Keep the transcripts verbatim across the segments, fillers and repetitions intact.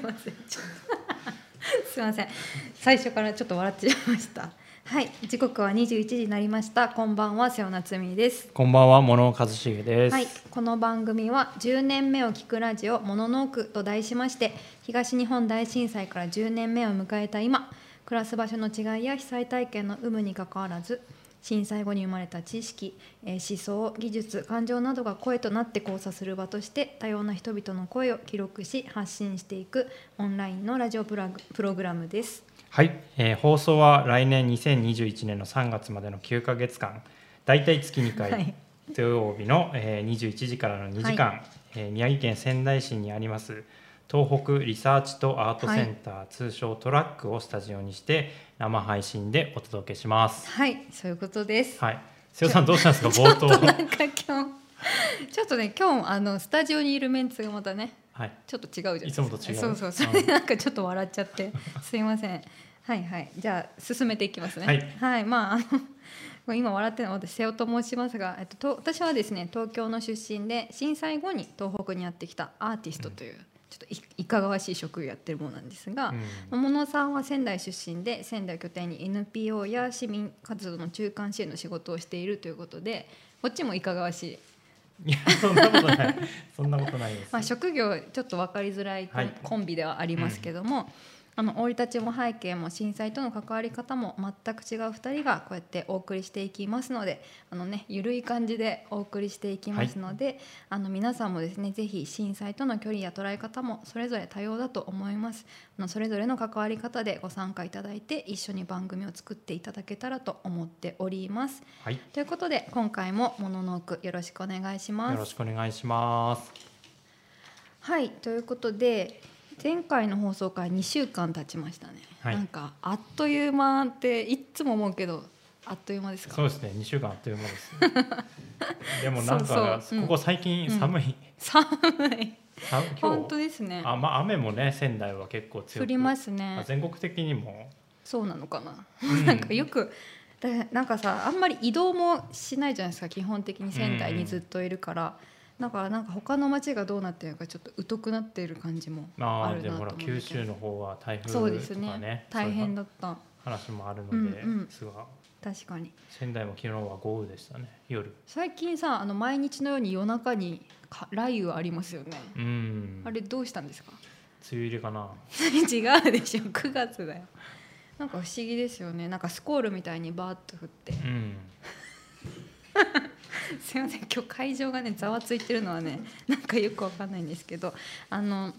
ませんちょっとすいません、最初からちょっと笑っちゃいました。はい、時刻はにじゅういちじになりました。こんばんは、瀬尾夏美です。 こんばんは、物尾一茂です。 はい、この番組はじゅうねんめを聞くラジオものの奥と題しまして、東日本大震災からじゅうねんめを迎えた今、暮らす場所の違いや被災体験の有無にかかわらず、震災後に生まれた知識、思想、技術、感情などが声となって交差する場として、多様な人々の声を記録し発信していくオンラインのラジオプログラムです。 はい、えー、放送は来年にせんにじゅういちねんのさんがつまでのきゅうかげつかん、だいたい月にかい、はい、土曜日の、えー、にじゅういちじからのにじかん、はい、えー、宮城県仙台市にあります東北リサーチとアートセンター、はい、通称トラックをスタジオにして生配信でお届けします。 はい、そういうことです。 はい、瀬尾さんどうしたんですか冒頭。 ちょっとなんか今日ちょっとね今日あのスタジオにいるメンツがまたね、はい、ちょっと違うじゃないですか。 いつもと違う。 そうそうそれでなんかちょっと笑っちゃってすいません。はいはい、じゃあ進めていきますね。はい、はい、まああの今笑ってるのは私瀬尾と申しますが、えっと、私はですね東京の出身で震災後に東北にやってきたアーティストという、うん、ちょっと い, いかがわしい職業やってるものなんですが、うん、物さんは仙台出身で仙台拠点に エヌピーオー や市民活動の中間支援の仕事をしているということで、こっちもいかがわしい。 いやそんなことないそんなことないです。 まあ職業ちょっと分かりづらいコンビではありますけども、うん、あの生い立ちも背景も震災との関わり方も全く違うふたりがこうやってお送りしていきますので、あのねゆるい感じでお送りしていきますので、はい、あの皆さんもですねぜひ震災との距離や捉え方もそれぞれ多様だと思います。あのそれぞれの関わり方でご参加いただいて一緒に番組を作っていただけたらと思っております。はい、ということで今回もものの奥よろしくお願いします。 よろしくお願いします。 はい、ということで前回の放送からにしゅうかん経ちましたね。はい、なんかあっという間っていつも思うけどあっという間ですか。 そうですね、にしゅうかんあっという間ですでもなんかそうそう、うん、ここ最近寒い、うん、 寒い本当ですね。 あ、まあ、雨もね仙台は結構強く降りますね。 全国的にもそうなのかな、うん、なんかよくなんかさあんまり移動もしないじゃないですか基本的に仙台にずっといるから、うん、だからなんか他の町がどうなってるのかちょっと疎くなっている感じもあるなと思うけど、あでもほら九州の方は台風とかね、 そうですね、大変だった話もあるので、 うんうん、 すごい確かに仙台も昨日は豪雨でしたね。夜最近さあの毎日のように夜中に雷雨ありますよね。 うん、 あれどうしたんですか。 梅雨入りかな違うでしょくがつだよ。なんか不思議ですよね。なんかスコールみたいにバーッと降って、うん、すいません今日会場がねざわついてるのはねなんかよくわかんないんですけど、あの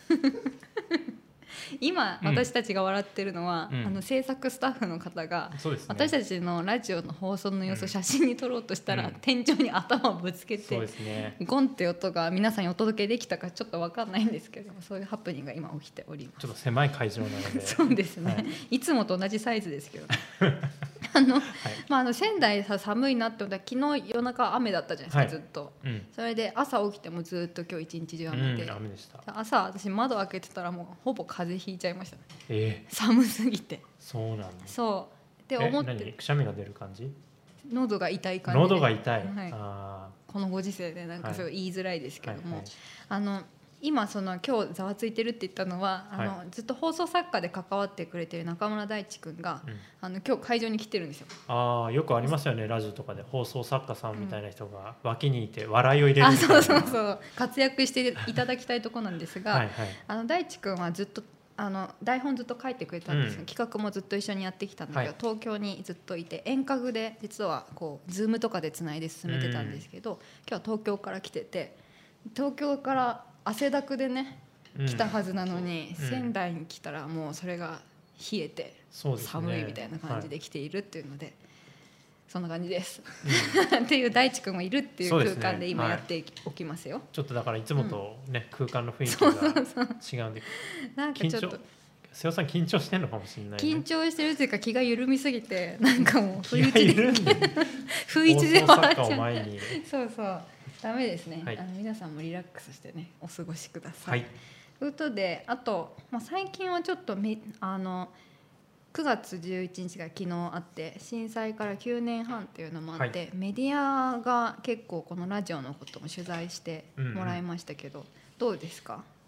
今私たちが笑ってるのは、うん、あの制作スタッフの方が、ね、私たちのラジオの放送の様子を写真に撮ろうとしたら、うん、天井に頭をぶつけて、そうですね、ゴンって音が皆さんにお届けできたかちょっと分かんないんですけど、そういうハプニングが今起きております。 ちょっと狭い会場なのでそうですね、はい、いつもと同じサイズですけどあの、はい、まあ、あの仙台さ寒いなって思ったら昨日夜中雨だったじゃないですか、はい、ずっと、うん、それで朝起きてもずっと今日一日中雨で、うん、 雨でした。 朝私窓開けてたらもうほぼ風邪ひいちゃいましたね、 えー、 寒すぎて。 そうなんだ。 そうって思って、 何くしゃみが出る感じ。 喉が痛い感じで。 喉が痛い、 はい、あこのご時世でなんかそう言いづらいですけども、はいはいはい、あの今その今日ざわついてるって言ったのはあの、はい、ずっと放送作家で関わってくれてる中村大地君が、うん、あの今日会場に来てるんですよ。 ああよくありますよねラジオとかで放送作家さんみたいな人が脇にいて笑いを入れるみたいな、 うん、あそうそうそう活躍していただきたいところなんですがはい、はい、あの大地君はずっとあの台本ずっと書いてくれたんです、うん、企画もずっと一緒にやってきたんだけど、はい、東京にずっといて遠隔で実はこう Zoom とかでつないで進めてたんですけど、うん、今日は東京から来てて東京から汗だくでね来たはずなのに、うん、仙台に来たらもうそれが冷えて寒いみたいな感じで来ているっていうので、はい、そんな感じです、うん、っていう大地君もいるっていう空間で今やっておきますよ、 はい、ちょっとだからいつもと、ね、うん、空間の雰囲気が違うんでなんかちょっと瀬尾さん緊張してるのかもしれない、ね、 緊張してるというか気が緩みすぎてなんかもう不意打ちで不意打ちで笑っちゃうそうそうダメですね、はい、あの皆さんもリラックスしてねお過ごしください、はい、ということであと、まあ、最近はちょっとめあのくがつじゅういちにちが昨日あって震災からきゅうねんはんっていうのもあって、はい、メディアが結構このラジオのことも取材してもらいましたけど、うんうん、どうですか。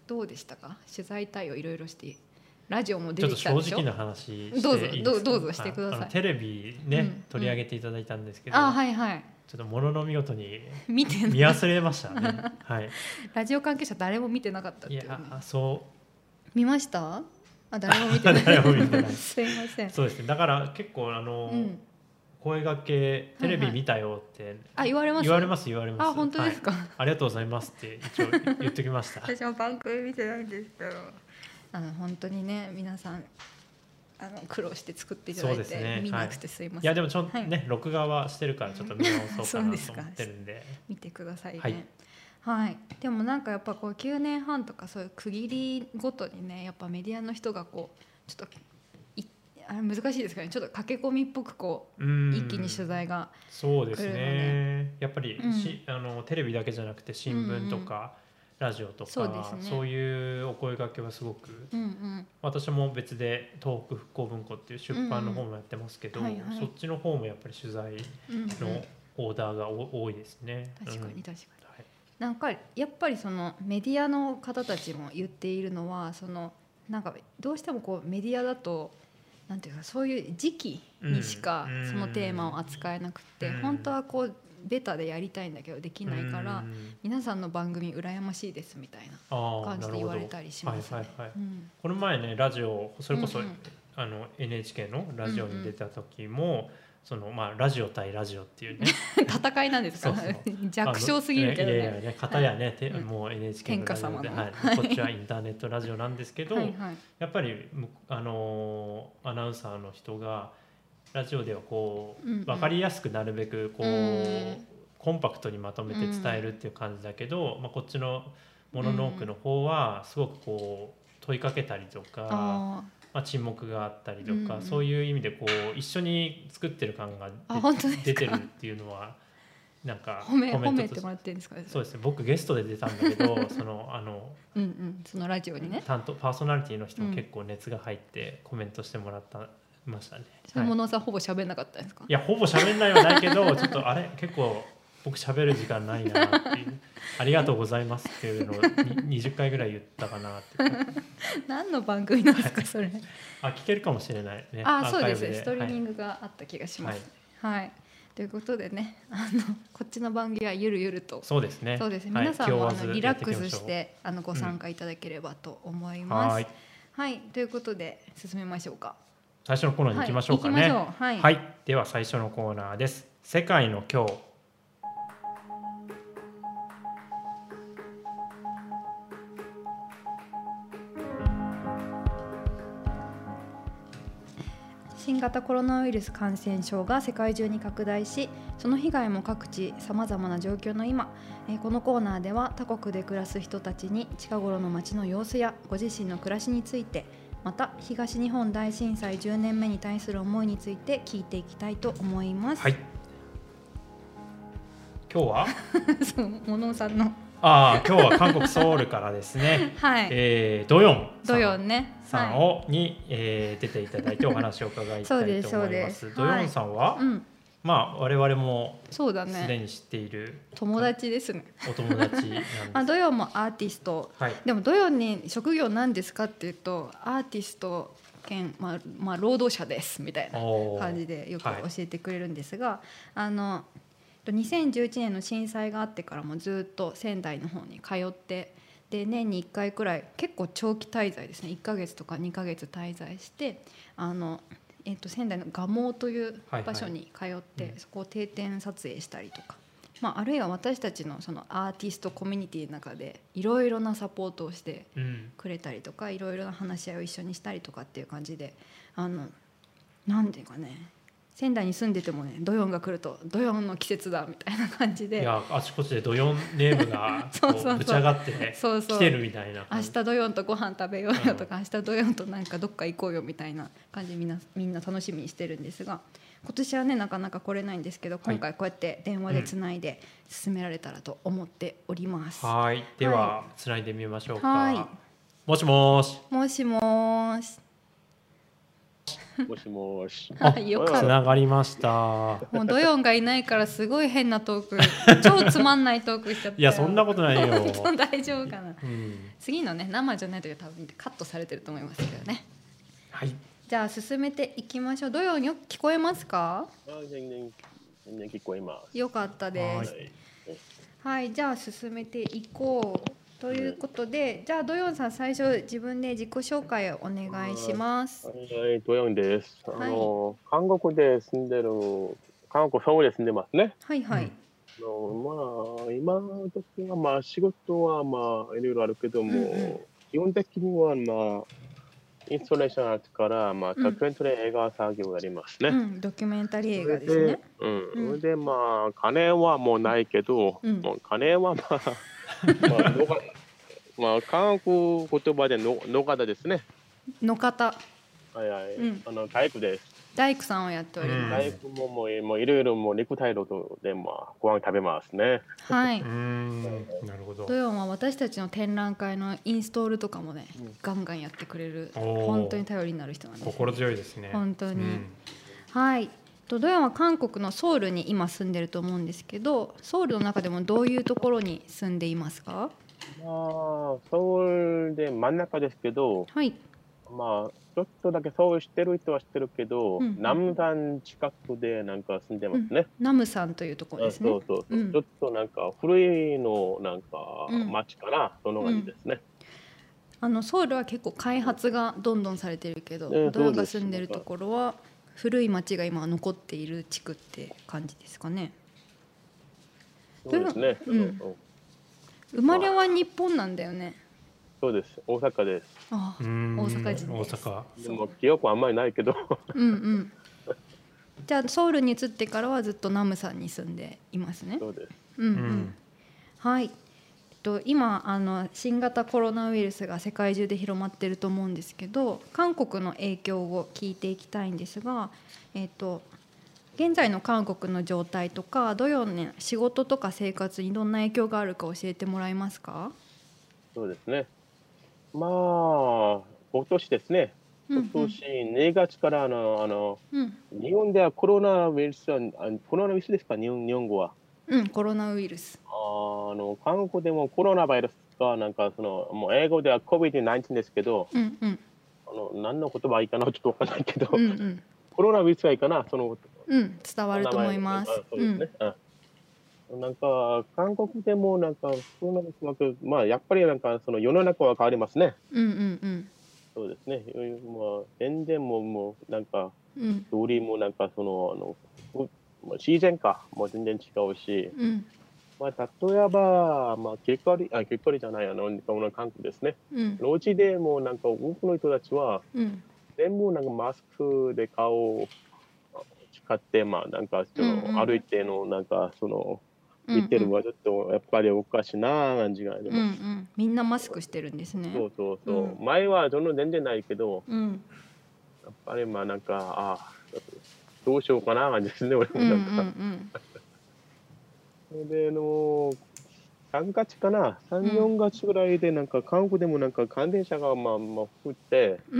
どうでしたか？取材対応いろいろしてラジオも出てきたんでしょ。 ちょっと正直な話していいですか？ どうぞどうどうぞしてください。 あのテレビね、うん、取り上げていただいたんですけど、 あ、はいはい、 ちょっとものの見事に見て見忘れましたね。はい。 ラジオ関係者誰も見てなかったっていう、ね、 いやそう見ました？あ、誰も見てない。 誰も見てない。 すいません。 そうですね。だから結構あの、うん、声掛けテレビ見たよって、はいはい、 あ、言われます。 言われます言われます。 あ、本当ですか。はい、 ありがとうございますって一応言ってきました。 私も番組見てないんですけど、あの本当にね皆さんあの苦労して作っていただいて、ね、見なくてすいません。はい、 いやでもちょっとね、はい、録画はしてるからちょっと見直そうかなと思ってるんで見てくださいね。 はい、 はい、でもなんかやっぱこうきゅうねんはんとかそういう区切りごとにねやっぱメディアの人がこうちょっとあれ難しいですかね、ちょっと駆け込みっぽくこう一気に取材が来るので、そうですね、やっぱり、うん、あのテレビだけじゃなくて新聞とか、うん、ラジオとかそうですね、そういうお声掛けはすごく、うんうん、私も別で東北復興文庫っていう出版の方もやってますけど、うんうん、はいはい、そっちの方もやっぱり取材のオーダーが多いですね。 うんうん、確かに確かに、はい、なんかやっぱりそのメディアの方たちも言っているのはそのなんかどうしてもこうメディアだとなんていうかそういう時期にしかそのテーマを扱えなくて、うん、本当はこうベタでやりたいんだけどできないから、うん、皆さんの番組羨ましいですみたいな感じで言われたりしますね。はいはいはい、うん、この前ねラジオそれこそ、うんうん、あの エヌエイチケー のラジオに出た時も、うんうん、そのまあ、ラジオ対ラジオっていうね戦いなんですか？そうそう弱小すぎるけどね。いやいやね、 片やね、はい、もう エヌエイチケー のラジオで、はい、こっちはインターネットラジオなんですけどはい、はい、やっぱりあのアナウンサーの人がラジオではこう、うんうん、分かりやすくなるべくこう、うん、コンパクトにまとめて伝えるっていう感じだけど、うんまあ、こっちのモノノークの方はすごくこう問いかけたりとか、まあ、沈黙があったりとか、うん、そういう意味でこう一緒に作ってる感が出てるっていうのはなんか褒め、褒めてもらってるんですか？ そうですね、僕ゲストで出たんだけどそのあのうん、うん、そのラジオにね担当パーソナリティの人も結構熱が入ってコメントしてもらったましたね。 それものさん、はい、ほぼ喋んなかったんですか？ いやほぼ喋んないはないけどちょっとあれ結構僕喋る時間ないなっていうありがとうございますっていうのをにじゅっかいぐらい言ったかなって何の番組なんですかそれあ聞けるかもしれないね。 あそうですね、ストリーミングがあった気がします、はいはい、ということでねあのこっちの番組はゆるゆるとそうですね、 そうですね、皆さんもあのリラックスしてあのご参加いただければと思います、うん、はい、はい、ということで進めましょうか。 最初のコーナーに行きましょうかね。はい、はいはい、では最初のコーナーです。世界の今日。 新型コロナウイルス感染症が世界中に拡大し、その被害も各地さまざまな状況の今、このコーナーでは他国で暮らす人たちに近頃の街の様子やご自身の暮らしについて、また東日本大震災じゅうねんめに対する思いについて聞いていきたいと思います。はい、 今日はそうモノさんのあ今日は韓国ソウルからですね、はいえー、ドヨンドヨンねさんを、はいにえー、出ていただいてお話を伺いたいと思います。そうですそうです。ドヨンさんは、はいうんまあ、我々もすでに知っている、 ね、友達ですね。 お友達なんですあドヨンもアーティスト、はい、でもドヨンに職業なんですかっていうとアーティスト兼、まあまあ、労働者ですみたいな感じでよく教えてくれるんですが、はい、あのにせんじゅういちねんの震災があってからもずっと仙台の方に通ってで年にいっかいくらい結構長期滞在ですねいっかげつとかにかげつ滞在してあの、えー、と仙台の蒲生という場所に通って、はいはいうん、そこを定点撮影したりとか、まあ、あるいは私たちのそのアーティストコミュニティの中でいろいろなサポートをしてくれたりとかいろいろな話し合いを一緒にしたりとかっていう感じであのなんていうかね仙台に住んでてもねドヨンが来るとドヨンの季節だみたいな感じでいやあちこちでドヨンネームがこうそうそうそうぶち上がって来てるみたいな明日ドヨンとご飯食べようよとか、うん、明日ドヨンとなんかどっか行こうよみたいな感じでみんな、みんな楽しみにしてるんですが今年はねなかなか来れないんですけど今回こうやって電話でつないで進められたらと思っております、 うん、はいではつないでみましょうか。はいもしもしもしもしもしもし。 あ、 よかった。 つながりました。 もうドヨンがいないからすごい変なトーク、超つまんないトークしちゃった。 いやそんなことないよ。 大丈夫かな、 うん、 次のね生じゃない時は多分カットされてると思いますけどね。 はい。 じゃあ進めていきましょう。ドヨンよく聞こえますか？ あ、全然全然聞こえます。 よかったです。はい、はい、じゃあ進めていこう。ということで、じゃあドヨンさん最初自分で自己紹介をお願いします。 はい、ドヨンです。あの、はい、韓国で住んでる、韓国ソウルで住んでますね。 はいはい。 あのまあ今の時はまあ仕事はまあいろいろあるけども、うんうん、基本的にはまあインストレーションアートからまあドキュメンタリー映画作業をやりますね。 うんうん、ドキュメンタリー映画ですね。 うん、それでまあ金はもうないけど、うん、もう金はまあまあ、のがまあ、韓国言葉での、の方ですね。 の方。 はいはい。うん、あの、大工です。 大工さんをやっております。 大工ももう、もういろいろもう肉体労で、まあ、ご飯食べますね。 はい。 うん、なるほど。 ドヨンは私たちの展覧会のインストールとかもね、うん、ガンガンやってくれる、本当に頼りになる人なんです、ね。 心強いですね。 本当に。うん、はい。ドヨンは韓国のソウルに今住んでると思うんですけど、ソウルの中でもどういうところに住んでいますか？ まあ、ソウルで真ん中ですけど、はい、まあ、ちょっとだけソウル知ってる人は知ってるけど、うんうん、ナム山近くでなんか住んでますね。うん、 ナム山というところですね。 そうそうそう、うん、ちょっとなんか古いのなんか町かな、うん、その感じですね。 あのソウルは結構開発がどんどんされてるけど、うん、ドヨンが住んでるところは古い町が今残っている地区って感じですかね。 そうですね。 うん、生まれは日本なんだよね。 そうです。大阪です。 ああ、大阪人です。 大阪。 でも記憶はあんまりないけど。 うんうん。じゃあソウルに移ってからはずっとナムさんに住んでいますね。 そうです。 うんうん。うん、はい。と今あの新型コロナウイルスが世界中で広まっていると思うんですけど、韓国の影響を聞いていきたいんですが、えっと現在の韓国の状態とかどういうね仕事とか生活にどんな影響があるか教えてもらえますか？ そうですね。まあ今年ですね。今年にがつからあのあの、うん、日本ではコロナウイルスはコロナウイルスですか、日本日本語は。 うん、コロナウイルス。 あの韓国でもコロナウイルスがなんかそのもう英語では コビッドじゅうきゅう ですけど、うんうん、あの何の言葉いいかなちょっとわかんないけど、うんうん、コロナウイルスがいいかなその、 うん、伝わると思います。 そうですね。うんうん、なんか韓国でもなんかそうなんですけど、まあやっぱりなんかその世の中は変わりますね。 うんうんうん。 そうですね。まあ全然もうもうなんか通りもなんかそのあの自然かも全然違うし、うん、まあ例えばまあ結果りあ結果りじゃないあのこの韓国ですね。うん、路地でもなんか多くの人たちは、うん、全部なんかマスクで顔を使ってまあなんかその、うんうん、歩いてのなんかその見てるのはちょっとやっぱりおかしいな感じがあります、うんうん。 みんなマスクしてるんですね。 そうそうそう。うん、前はその全然ないけど、うん、やっぱりまあなんかああどうしようかな感じですね俺もなんか。うんうんうん、それでのさんがつかなさん、よんがつぐらいでなんか韓国でもなんか感染者がまあまあ降って、うん、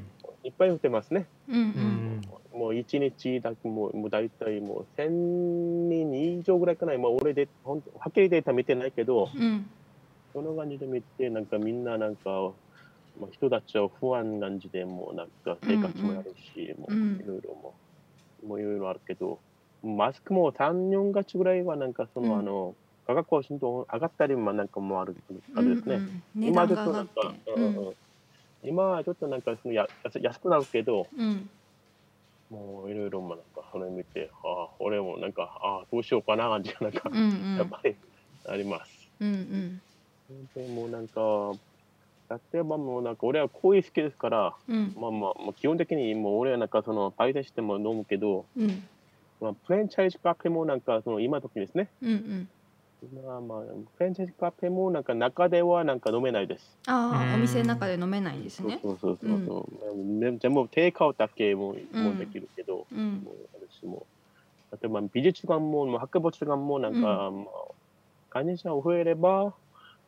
いっぱい降ってますね。うんうんもういちにちだけもうもう大体もうせんにん以上ぐらいかな。まあ俺で本当はっきりデータ見てないけど、うん、その感じで見てなんかみんななんか、まあ、人たちは不安感じでもうなんか生活もやるし、うんうん、もういろいろももういろいろあるけど、マスクもさん、よんがつぐらいはなんかその、うん、あの価格は浸透上がったりもなんかもあるあるですね。うんうん、今ちょっとなんか、うんうん、今はちょっとなんかそのや安くなるけど。うんもういろいろなんかそれ見て、ああ、俺もなんか、ああ、どうしようかな感じがなんか、うんうん、やっぱりあります。うんうん、でもなんか、例えばもうなんか俺はコーヒー好きですから、うん、まあまあ、もう基本的にもう俺はなんかその焙煎しても飲むけど、うん、まあ、フレンチャイズカフェもなんかその今時ですね。うんうんまあまあ、フレンチカフェもなんか中ではなんか飲めないです。 ああ、お店の中で飲めないですね。 そうそうそうそう。うん、全部テイクアウトだけももできるけど、うん、もう私も例えば美術館も博物館もなんか、うん、まあ、患者さん増えれば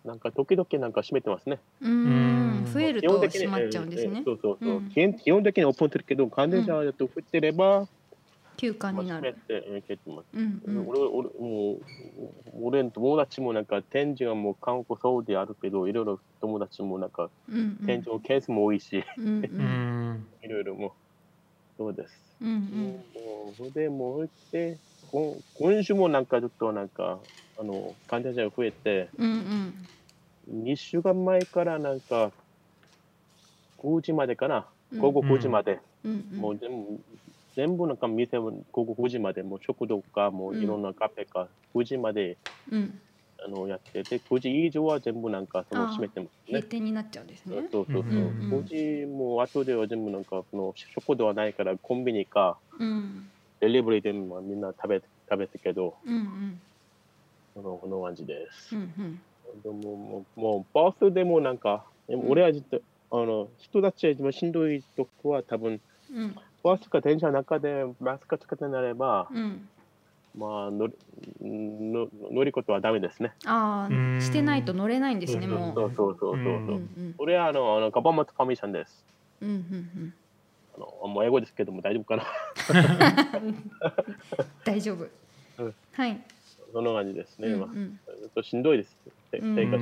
なんか時々なんか閉めてますね。 うーん、増えると閉まっちゃうんですね。 そうそうそう。基本的にオープンするけど、感染者だと増えてれば、 休館になる。 閉めて、閉めてます。 うんうん、 俺、俺、もう、俺の友達もなんか展示がもう韓国そうであるけど、いろいろ友達もなんか、展示のケースも多いし、 うんうん、 いろいろもう、そうです。 うんうん、 もう、それでもう、で、今今週もなんかちょっとなんか、あの、患者者が増えて、 うんうん、 にしゅうかんまえからなんか、くじまでかな、午後くじまで、 うんうん、 もう全部、全部なんか店も午後くじまで、もう食堂か、もういろんなカフェか、くじまで、 うん、 あのやってて、くじ以上は全部なんかその閉めてますね。 閉店になっちゃうんですね。 そうそうそう。うんうん、くじも後では全部なんか、その食堂はないからコンビニか、うん、デリバリーでもみんな食べ食べたけど、うんうん、このこの感じです。うんうん、でももうもうバスでもなんか、俺はずっと、あの人たちが一番しんどいとこは多分、うん、バスか電車の中でマスクつけてなれば、うん、まあ乗りの乗ることはダメですね。 ああ、してないと乗れないんですね。もう。 そうそうそうそうそう。俺はあのあのガバマットファミさんです。うんうんうん。あのもう英語ですけども大丈夫かな。 大丈夫。うん、はい。 その感じですね。うんうん、まあ、しんどいです。生活は。うん、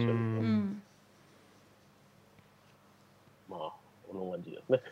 まあこの感じですね。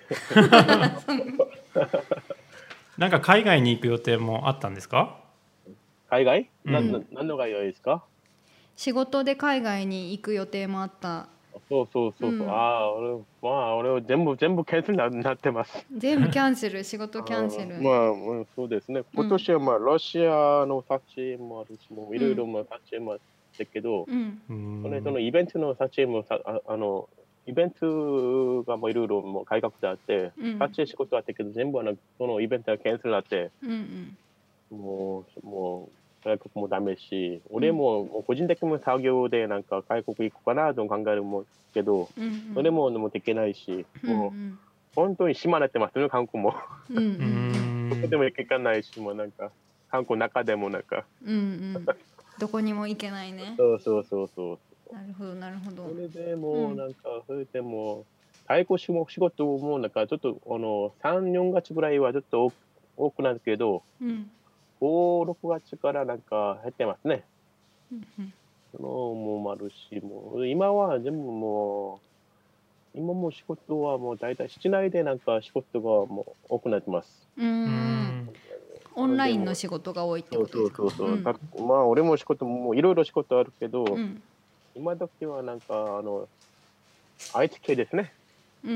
なんか海外に行く予定もあったんですか？ 海外？うん、なな何の海外ですか？ 仕事で海外に行く予定もあった。 そうそうそうそう。うん、ああ、俺、まあ、俺は全部、全部キャンセルになってます。 全部キャンセル、仕事キャンセル。 あまあ、そうですね。今年はまあ、ロシアの撮影もあるし、もういろいろまあ撮影もあったけど、うん、そのそのイベントの撮影もさあ、あの、イベントがもういろいろもう改革であって、うん、撮影仕事あったけど、全部あのそのイベントがキャンセルになって、うんうん、もう、もう、外国もダメし、俺ももう個人的に作業でなんか外国行こうかなと考えるもんけど、うんうん、それももうできないし、もう本当に島になってますね、韓国も。うんうん、どこでも行かないし、もうなんか韓国の中でもなんか、うんうん、 どこにも行けないね。 そうそうそうそう。 なるほどなるほど。 それでもうなんか、それでも太鼓仕事もなんかちょっとあのさん、よんがつぐらいはちょっと多くなるけど、うんご、ろくがつからなんか減ってますね。うんうん、そのもあるし、もう今は全部もう、今も仕事はもう大体室内でなんか仕事がもう多くなってます。うん。 オンラインの仕事が多いってことですか？ そうそうそうそう。うん、まあ俺も仕事もいろいろ仕事あるけど、うん、今時はなんかあの、アイティー 系ですね。うんうん。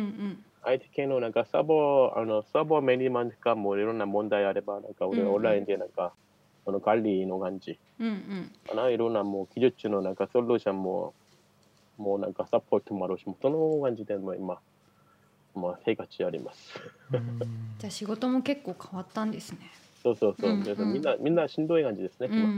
アイティー 系のなんかサーバー、あの、サーバーメニューマンかもいろんな問題あれば、なんか俺オンラインでなんか、この管理の感じ。うんうん。かないろんなもう技術のなんかソリューションも、もうなんかサポートもあるし、その感じでも今、まあ生活あります。 じゃあ仕事も結構変わったんですね。 そうそうそう。うんうん、みんな、みんなしんどい感じですね。 うんうん。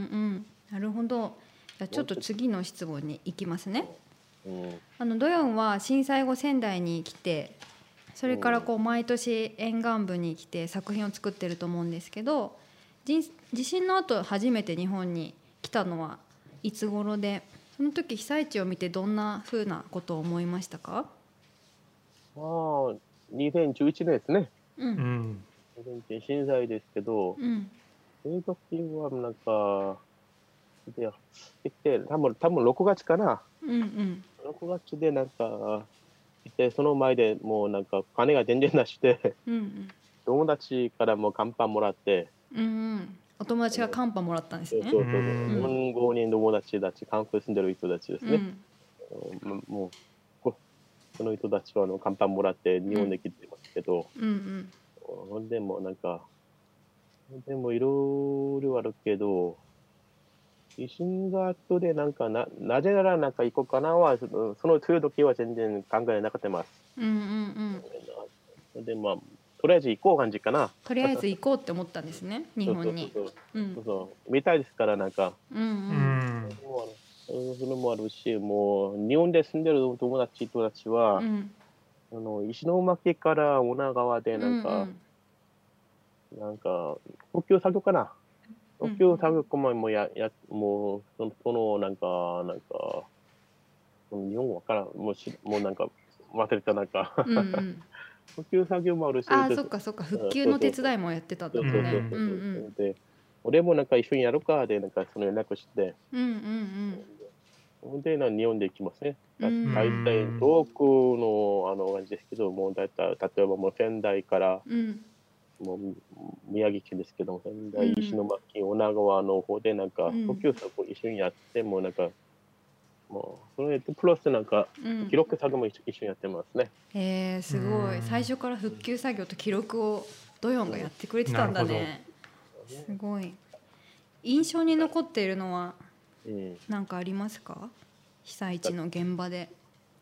なるほど。じゃあちょっと次の質問に行きますね。うん、あのドヨンは震災後仙台に来て、それからこう毎年沿岸部に来て作品を作ってると思うんですけど、地震の後初めて日本に来たのはいつ頃で、その時被災地を見てどんなふうなことを思いましたか？ ああ、にせんじゅういちねんですね。うん。震災ですけど、うん、その時はなんかでで多分多分ろくがつかな。うんうん、ろくがつでなんかでその前でもうなんか金が全然なしで、うんうん、友達からも乾パンもらって、うんうん、 お友達が乾パンもらったんですね。 そうそうそう、よん、ごにん友達たち、韓国に住んでる人たちですね。うん、もうその人たちはあの乾パンもらって日本で来てますけど、うんうん、でもなんかでもいろいろあるけど。地震が後でなんかな、なぜならなんか行こうかなは、その、その強い時は全然考えなかったます。うんうんうん。で、まあ、とりあえず行こう感じかな。 とりあえず行こうって思ったんですね、日本に。 そうそうそう。そうそう。見たいですから、なんか。うんうん。それもあるし、もう、日本で住んでる友達人たちは、うん、あの、石巻から女川でなんか、うんうん、なんか、補給作業かな。補給作業ももうややもうそのそのなんかなんか日本語わからん。もうし、もうなんか忘れたなんか。 うんうん。 復旧作業もあるし、 ああ、 で、 そっかそっか、復うん、 旧の手そうそうそう。 伝いもやってたんそうだもんね。 そうそうそううんうん。 そう。で、俺もなんか一緒にやるかで、なんかその連絡して、 うんうんほんで、な日本で行きますね。 うん。うだ、 う大ん体ん。 遠くのあの感じですけど、もう大体、例えばもう仙台から、 うんもう宮城県ですけども、仙台、石うん巻、女川の方でなんか、補うん給作を一緒にやって、もうなんか、もう、それとプラスなんか、 うん。 記録作業も一緒一緒にやってますね。 へえ、 うすごい。最ん。 初から復旧作業と記録をドヨンがやってくれてたんだなるほど。 ね。すごい。印象に残っているのはうん。 何かありますか？被災地の現場で。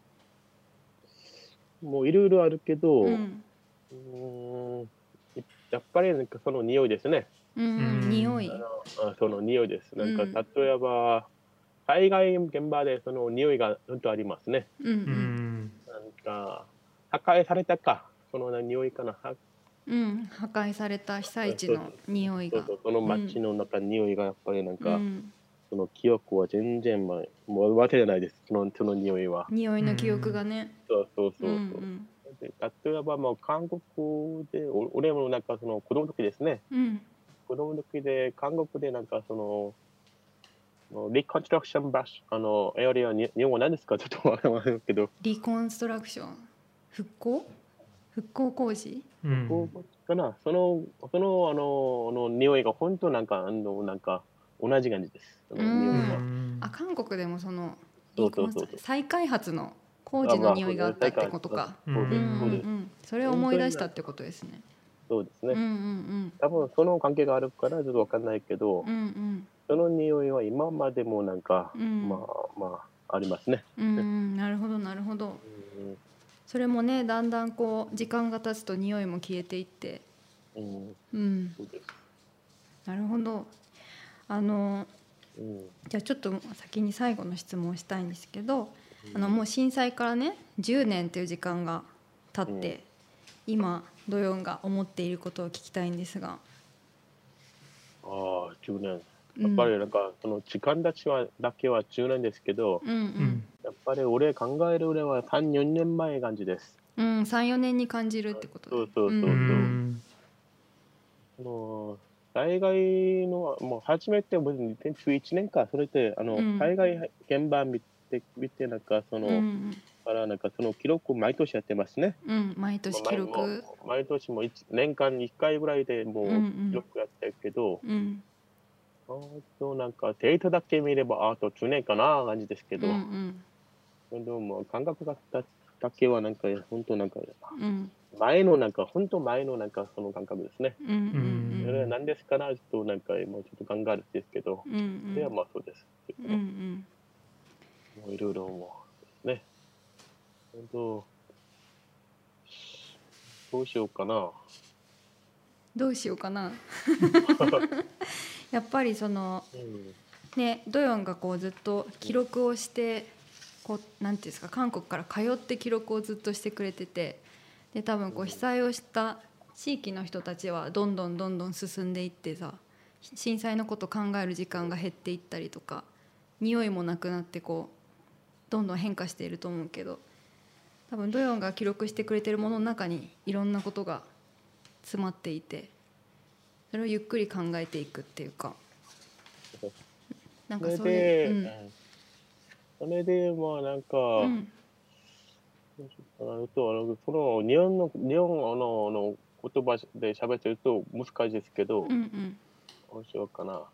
もういろいろあるけど、 うん。 うーん、やっぱりなんかその匂いですね。 うんう、 うんん。 匂い。 あ、その匂いです。なんかうん例えば、災害現場でその匂いが本当ありますね。 うんううんん。 なんか、破壊されたか、その匂いかな。はうん。破壊された被災地のそうそう匂いが。 そうそう、そのうん街の中、匂いがやっぱりなんか、 うんその記憶は全然、まあ、もう忘れないです、そのその匂いは。 匂いうの記憶がん。 ね。 そうそううんうそうそう。 んで、例えば、まあ、韓国で、お俺もなんかその子供の時ですね。 うん子供の時で、韓国でなんかその、リコンストラクションバッシュ、あの、エアリアに、日本語何ですかちょっとわからないけど、 リコンストラクション、復興復興工事。 うこん。 うかな、その、その、あの、あの匂いが本当なんか、あの、なんか、同じ感じです。そうの匂ういが。 ん。あ、 ん。 韓国でもそのそリコンストうそうそうそう。 再開発の工あ、 事のまあ、そうですね。 匂いがあったって再開、あ、 ことか。 うそうです、 うんうんうそうです。 ん。 ん。それを本思い当になんか、 出したってことですね。 そうですね。 うんうん多分その関係があるからちょっとわかんないけど、 うんうんその匂いは今までもなんか、 うんうんまあまあ、ありますね。 うん。なるほどなるほど。 うんそれもね、だんだんこう時間が経つと匂いも消えていって、 うん、 うん、 そうです。 なるほど。あのうん、 じゃあちょっと先に最後の質問をしたいんですけど、あのうん、 もう震災からねじゅうねんという時間が経っうん。 て、今ドヨンが思っていることを聞きたいんですが。 ああ、じゅうねん。やっぱうんりなんか、その時間たちは、だけはじゅうねんですけど、 うんうんやっぱり俺考える俺はさん、よねんまえ感じです。 うん、さん、よねんに感じるってことで。 そうそううんううそうそう。 んん。 もう、災害の、もう初めて、もうにせんじゅういちねんか、それで、あの、 うん災害現場見て、見て、なんか、そうんうの、 んからなんかその記録を毎年やってますね。 うん、毎まあ、 年記毎も録。 う毎年も一年間にいっかいぐらいでうんうもう記ん録やってるけど、 うんあとなんかデータだけ見ればあとじゅうねんかな感じですけうんうど、 んでも感覚がだだけはなんか本当なんかうん前のなんか本当前のなんかその感覚ですね。 うんうんうんそれは何ですかなとなんかもうちょっと考えるんですけど、 うんうんそれはまあそうです。 うんうんもういろいろもうですね。本当どうしようかな。 どうしようかな。やっぱりそのうん。 ね、ドヨンがこうずっと記録をしてこうなんていうんですか、韓国から通って記録をずっとしてくれてて、で多分こう被災をした地域の人たちはどんどんどんどん進んでいってさ、震災のこと考える時間が減っていったりとか、匂いもなくなってこうどんどん変化していると思うけど、多分ドヨンが記録してくれてるものの中にいろんなことが詰まっていて、それをゆっくり考えていくっていうか、なんそれかそれで、 うんうんそれで、まあなんか、 うんどうしようかなと、あの、その日本の、日本あの、あの言葉で喋ってると難しいですけど、 うんうんどうしようかな。あ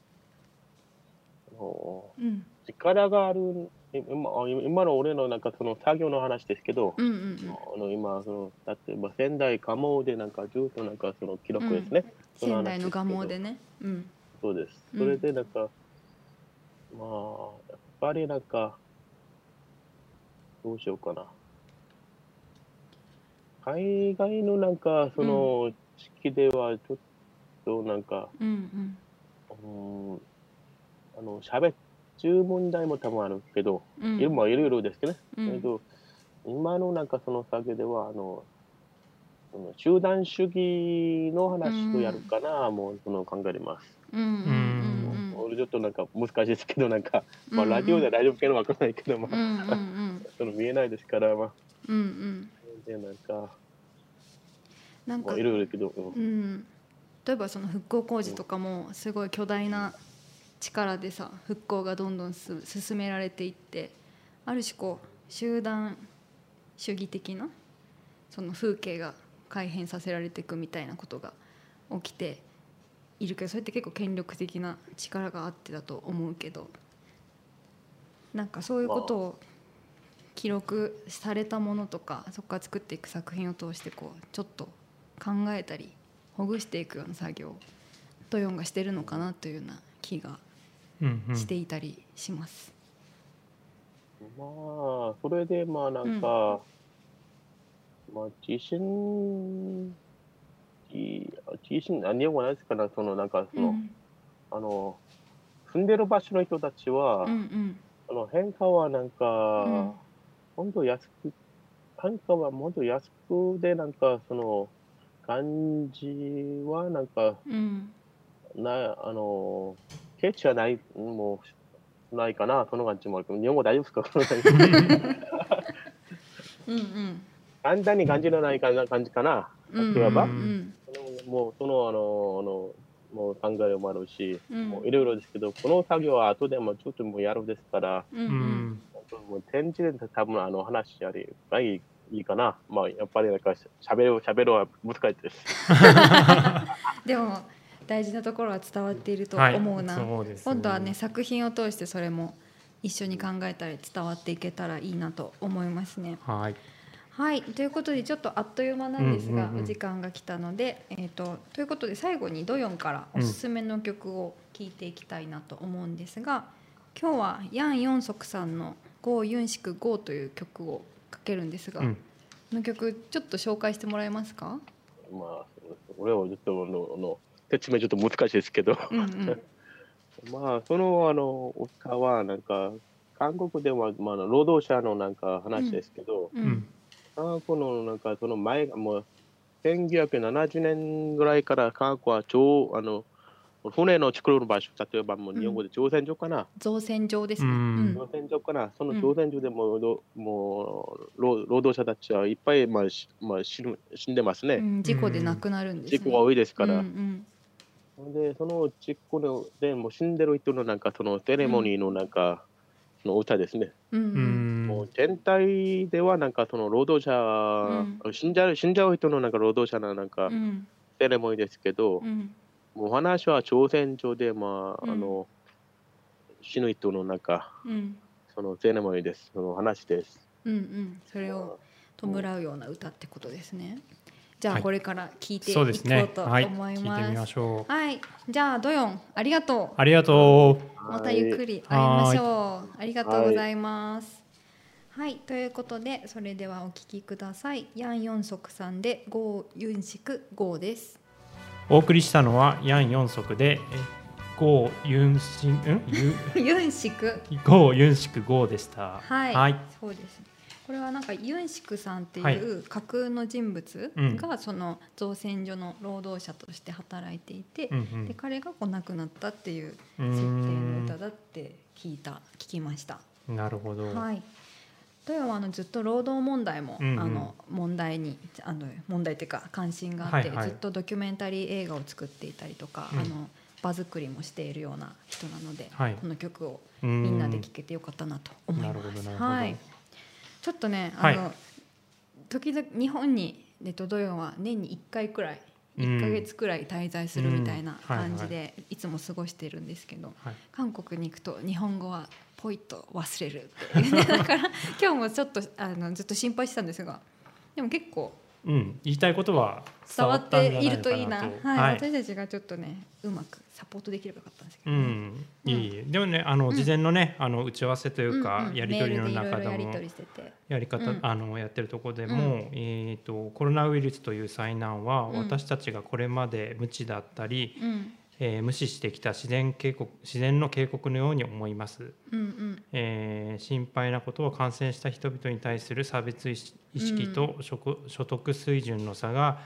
の、 うん力がある、今、今の俺のなんかその作業の話ですけど、 うんうんあの、今、その、例えば仙台蒲生でなんかずっとなんかその記録ですね。その仙台の話ですけど、 蒲生でね。うんそうです。それうんでなんか、まあ、やっぱりなんか、どうしようかな。海外のなんか、そうんの、式ではちょっとなんか、 うんうーん、あの、喋っちゅう問題も多分あるけど、 うんいろまあ、いろいろですけどね。 うんえっと、今のなんかその作業では、あの、その集団主義のう話をやるんかな、もうその考えてます。 うんうんうんううん。 ん俺ちょっとなんか難しいですけど、なんか、まあ、ラジオで大丈夫かわからないけど、まあ、うんうんうん、その見えないですから、まあ、うんうん、でなんか、なんかいろいろけど、うんうん、 例えばその復興工事とかもすごい巨大な力でさ、復興がどんどん進められていって、ある種こう集団主義的なその風景が改変させられていくみたいなことが起きているけど、それって結構権力的な力があってだと思うけど、なんかそういうことを記録されたものとか、そこから作っていく作品を通してこうちょっと考えたりほぐしていくような作業をドヨンがしてるのかなというような気がしていたりします。 うんうん、まあそれでまあなんか、うん、まあ地震地震何もないですかね、そのなんかその、うん、あの住んでる場所の人たちは、うんうん、あの変化はなんか、うん、本当安く変化はもっと安くでなんかその感じはなんか、うん、なあのケチはないもうないかな、その感じもあるけど、日本語大丈夫ですか？うん、うん、簡単に感じのないかな感じかな。例えば、うん、もうそのあのあのもう考えもあるし、うん、もういろいろですけど、この作業は後でもちょっともうやるですから、うんうん、もう展示で多分あの話やりがいいいいかな。まあやっぱりなんか喋る喋るは難しいです。 でも大事なところは伝わっていると思うな。はい、そうです。今度はね作品を通してそれも一緒に考えたり伝わっていけたらいいなと思いますね。はい。はい、ということでちょっとあっという間なんですが、うんうんうん、お時間が来たので、えーと、ということで最後にドヨンからおすすめの曲を聴いていきたいなと思うんですが、うん、今日はヤン・ヨンソクさんのゴー・ユンシク・ゴーという曲をかけるんですが、うん、この曲ちょっと紹介してもらえますか？ まあ俺はちょっとあのあの説明ちょっと難しいですけど、うん、うん、まあそのあの歌はなんか韓国では、まあ、労働者のなんか話ですけど、うんうん、韓国のなんかその前がもうせんきゅうひゃくななじゅうねんぐらいから韓国は超あの船の作る場所、例えばもう日本語で造船所かな、 造船所ですね、 造船所かな、その造船所でも、うん、もう労働者たちはいっぱい、まあまあ、死ぬ死んでますね、うん、 事故で亡くなるんですね。 事故が多いですから、うんうん、でその事故でもう死んでる人のなんかそのセレモニーのなんか、うん、の歌ですね、うんうん、もう全体ではなんかその労働者、うん、死んじゃう死んじゃう人のなんか労働者のなんか、うん、セレモニーですけど、うん、もう話は朝鮮所で、まあ、うん、あの死ぬ人のなんか、うん、そのセレモニーです、その話です。 うんうん、それを弔うような歌ってことですね。じゃあこれから聞いていこうと思います。はい、はい、聞いてみましょう。はい、じゃあドヨンありがとう。 ありがとう。 またゆっくり会いましょう。ありがとうございます。はい、はい、ということでそれではお聞きください。ヤン・ヨンソクさんでゴー・ユンシク・ゴーです。 お送りしたのはヤン・ヨンソクでゴー・ユンシんユンシクゴー・ユンシク・ゴーでした。 はい、はい、そうですね。これはなんかユンシクさんっていう架空の人物がその造船所の労働者として働いていて、うんうん、で彼がこう亡くなったっていう設定の歌だって聞いた聞きました。 なるほど。 はい。ドヨンはあのずっと労働問題も、うんうん、あの問題にあの問題というか関心があって、はいはい、ずっとドキュメンタリー映画を作っていたりとか、うん、あの場作りもしているような人なので、はい、この曲をみんなで聴けてよかったなと思います。なるほどなるほど。はい。ちょっとねあの、はい、時々日本にネットドヨンは年にいっかいくらいいっかげつくらい滞在するみたいな感じでいつも過ごしているんですけど、はい、韓国に行くと日本語はポイッと忘れるっていうねだから今日もちょっとあのずっと心配してたんですが、でも結構うん、言いたいことは伝わっているといいな、はいはい、私たちがちょっとねうまくサポートできればよかったんですけど、ね、うん、 いい、うん、でもねあの、うん、事前のねあの打ち合わせというか、うんうん、やり取りの中でもやり方、うん、あのやってるところでも、うん、えーと、コロナウイルスという災難は、うん、私たちがこれまで無知だったり、うんえー、無視してきた自然警告、自然の警告のように思います、うんうんえー、心配なことは感染した人々に対する差別意識と所得、うん、所得水準の差が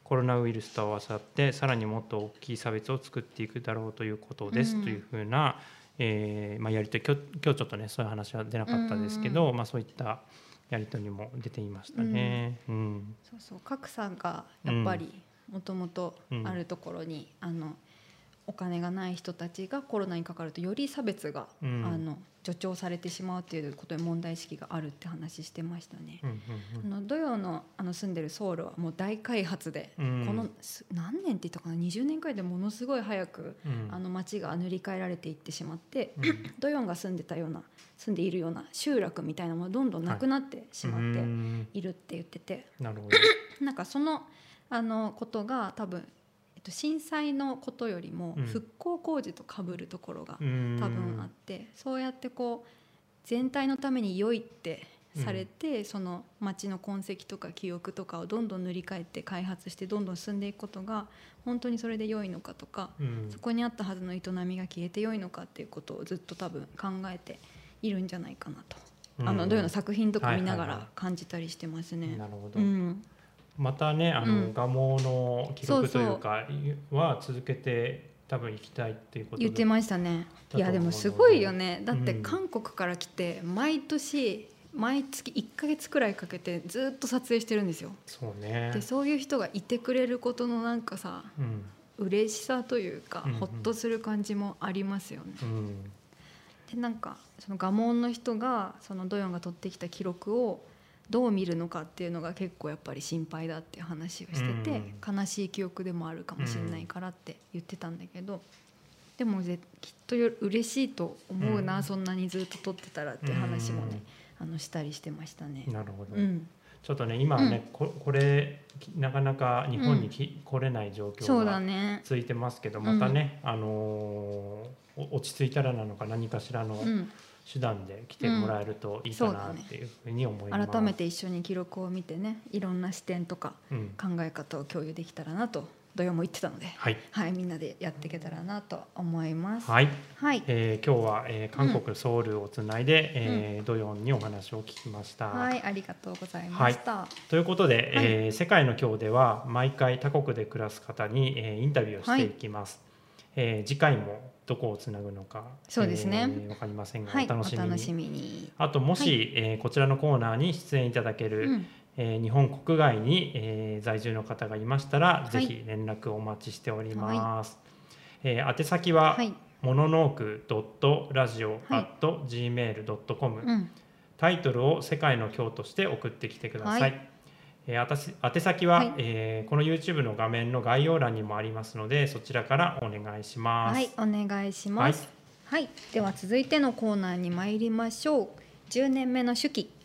コロナウイルスと合わさってさらにもっと大きい差別を作っていくだろうということです、うん、というふうな、えーまあ、やり取り、今日、今日ちょっとねそういう話は出なかったですけど、うんまあ、そういったやり取りも出ていましたね、うんうん、 そうそう格差がやっぱりもともとあるところに、うん、あのお金がない人たちがコロナにかかるとより差別が、うん、あの助長されてしまうということで問題意識があるって話してましたね、うんうんうん、あの土曜の、あの住んでるソウルはもう大開発で、うん、この何年って言ったかなにじゅうねんくらいでものすごい早く、うん、あの街が塗り替えられていってしまって、うん、土曜が住んでたような住んでいるような集落みたいなものがどんどんなくなってしまっているって言ってて、 はい、なるほどなんかその、あのことが多分震災のことよりも復興工事と被るところが多分あって、うん、そうやってこう全体のために良いってされて、うん、その町の痕跡とか記憶とかをどんどん塗り替えて開発してどんどん進んでいくことが本当にそれで良いのかとか、うん、そこにあったはずの営みが消えて良いのかっていうことをずっと多分考えているんじゃないかなと、うん、あのどういうの作品とか見ながら感じたりしてますね、はいはいはい、 なるほど、うんまたねあの、うん、蒲生の記録というかは続けて多分行きたいっていうことで言ってましたね。いやでもすごいよね。だって韓国から来て毎年毎月いっかげつくらいかけてずっと撮影してるんですよ。 そうね。 でそういう人がいてくれることのなんかさ、うん、嬉しさというか、うんうん、ほっとする感じもありますよね、うん、でなんかその蒲生の人がそのドヨンが撮ってきた記録をどう見るのかっていうのが結構やっぱり心配だっていう話をしてて、うん、悲しい記憶でもあるかもしれないからって言ってたんだけど、でもきっと嬉しいと思うな、うん、そんなにずっと撮ってたらっていう話もね、うん、あのしたりしてましたね。 なるほど、うん、ちょっとね今はね、うん、こ, これなかなか日本にき、うん、来れない状況が続いてますけど、またね、あのー、落ち着いたらなのか何かしらの、うん手段で来てもらえるといいかなっていうふうに思います、 うんね、改めて一緒に記録を見てねいろんな視点とか考え方を共有できたらなと土曜も言ってたので、はいはい、みんなでやっていけたらなと思います。 はい、はいえー、今日は、えー、韓国ソウルをつないで、うんえー、土曜にお話を聞きました。 はいありがとうございました、 はい、ということで、はいえー、世界の今日では毎回他国で暮らす方に、えー、インタビューをしていきます、はいえー、次回もどこをつなぐのかそうですね、 えー、分かりませんが、はい、お楽しみに。 お楽しみに。 あともし、はいえー、こちらのコーナーに出演いただける、うんえー、日本国外に、えー、在住の方がいましたら、はい、ぜひ連絡をお待ちしております、はいえー、宛先は、はい、モノノーク ドットラジオ アット ジーメール ドットコム、はい、タイトルを世界の今日として送ってきてください、はいえー、宛先は、はいえー、この YouTube の画面の概要欄にもありますのでそちらからお願いします。 はいお願いします、はいはい、では続いてのコーナーに参りましょう。じゅうねんめの手記。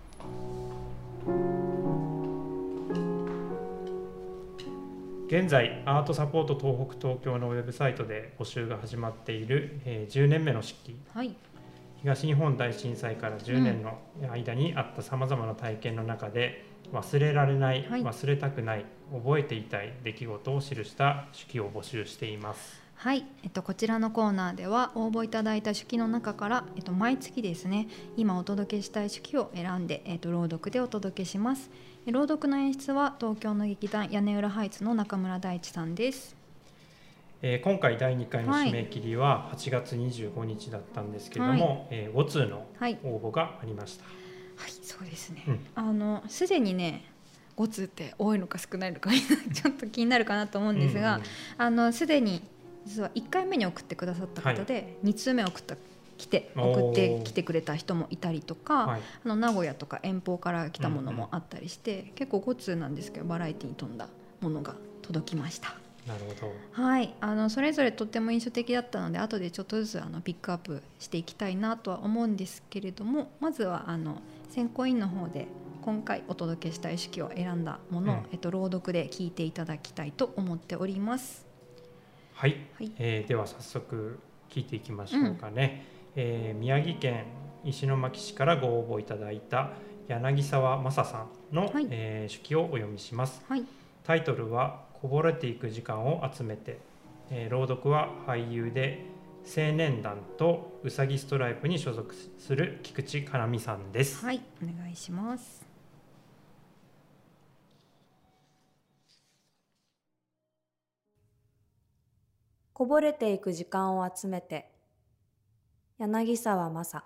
現在アートサポート東北東京のウェブサイトで募集が始まっている、えー、じゅうねんめの手記、はい、東日本大震災からじゅうねんの間にあったさまざまな体験の中で、うん、忘れられない、はい、忘れたくない覚えていたい出来事を記した手記を募集しています。 はい、えっと、こちらのコーナーでは応募いただいた手記の中から、えっと、毎月ですね今お届けしたい手記を選んで、えっと、朗読でお届けします。朗読の演出は東京の劇団屋根裏ハイツの中村大地さんです。 えー、今回だいにかいの締め切りははちがつにじゅうごにちだったんですけれども、はいえー、ご通の応募がありました。 はい、はい、そうですね、うん、あのすでにねご通って多いのか少ないのかちょっと気になるかなと思うんですが、うんうん、あのすでに実はいっかいめに送ってくださった方で、はい、に通目送った来て送ってきてくれた人もいたりとか、はい、あの名古屋とか遠方から来たものもあったりして、うんうん、結構ご通なんですけどバラエティに富んだものが届きました。 なるほど、 はい、あのそれぞれとっても印象的だったので後でちょっとずつあのピックアップしていきたいなとは思うんですけれども、まずはあの選考委員の方で今回お届けしたい手記を選んだものを、うんえっと、朗読で聞いていただきたいと思っております。 はい、はいえー、では早速聞いていきましょうかね、うんえー、宮城県石巻市からご応募いただいた柳沢正さんの、はいえー、手記をお読みします、はい、タイトルはこぼれていく時間を集めて、えー、朗読は俳優で青年団とうさぎストライプに所属する菊池かなみさんです。 はい、お願いします。 こぼれていく時間を集めて。柳沢正。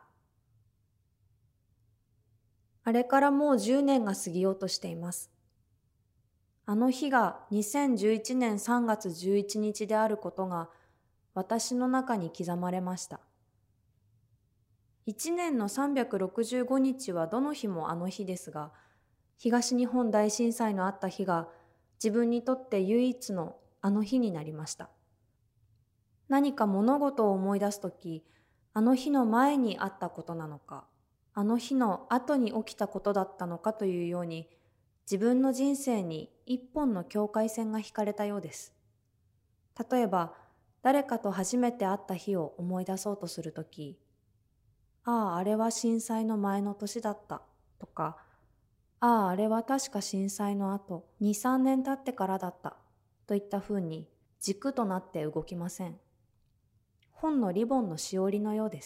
あれからもうじゅうねんが過ぎようとしています。あの日がにせんじゅういちねんさんがつじゅういちにちであることが私の中に刻まれました。いちねんのさんびゃくろくじゅうごにちはどの日もあの日ですが、東日本大震災のあった日が自分にとって唯一のあの日になりました。何か物事を思い出すとき、あの日の前にあったことなのか、あの日の後に起きたことだったのかというように、自分の人生に一本の境界線が引かれたようです。例えば、誰かと初めて会った日を思い出そうとするとき、ああ、あれは震災の前の年だったとか、ああ、あれは確か震災の後、に、さんねん経ってからだったといったふうに軸となって動きません。本のリボンのしおりのようです。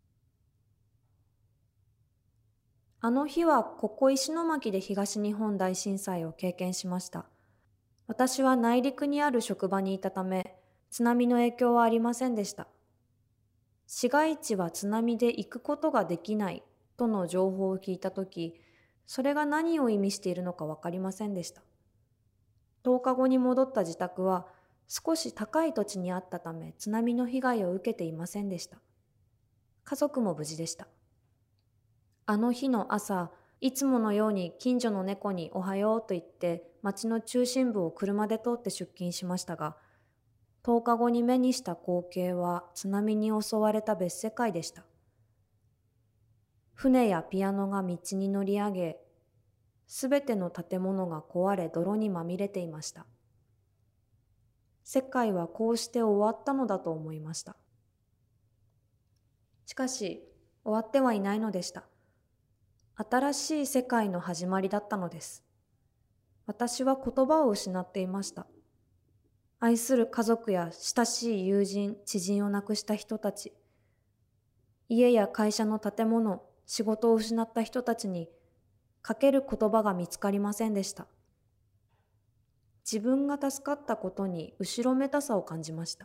あの日はここ石巻で東日本大震災を経験しました。私は内陸にある職場にいたため、津波の影響はありませんでした。市街地は津波で行くことができないとの情報を聞いたとき、それが何を意味しているのかわかりませんでした。とおかごに戻った自宅は少し高い土地にあったため津波の被害を受けていませんでした。家族も無事でした。あの日の朝、いつものように近所の猫におはようと言って町の中心部を車で通って出勤しましたが、とおかごに目にした光景は津波に襲われた別世界でした。船やピアノが道に乗り上げ、すべての建物が壊れ泥にまみれていました。世界はこうして終わったのだと思いました。しかし、終わってはいないのでした。新しい世界の始まりだったのです。私は言葉を失っていました。愛する家族や親しい友人、知人を亡くした人たち、家や会社の建物、仕事を失った人たちにかける言葉が見つかりませんでした。自分が助かったことに後ろめたさを感じました。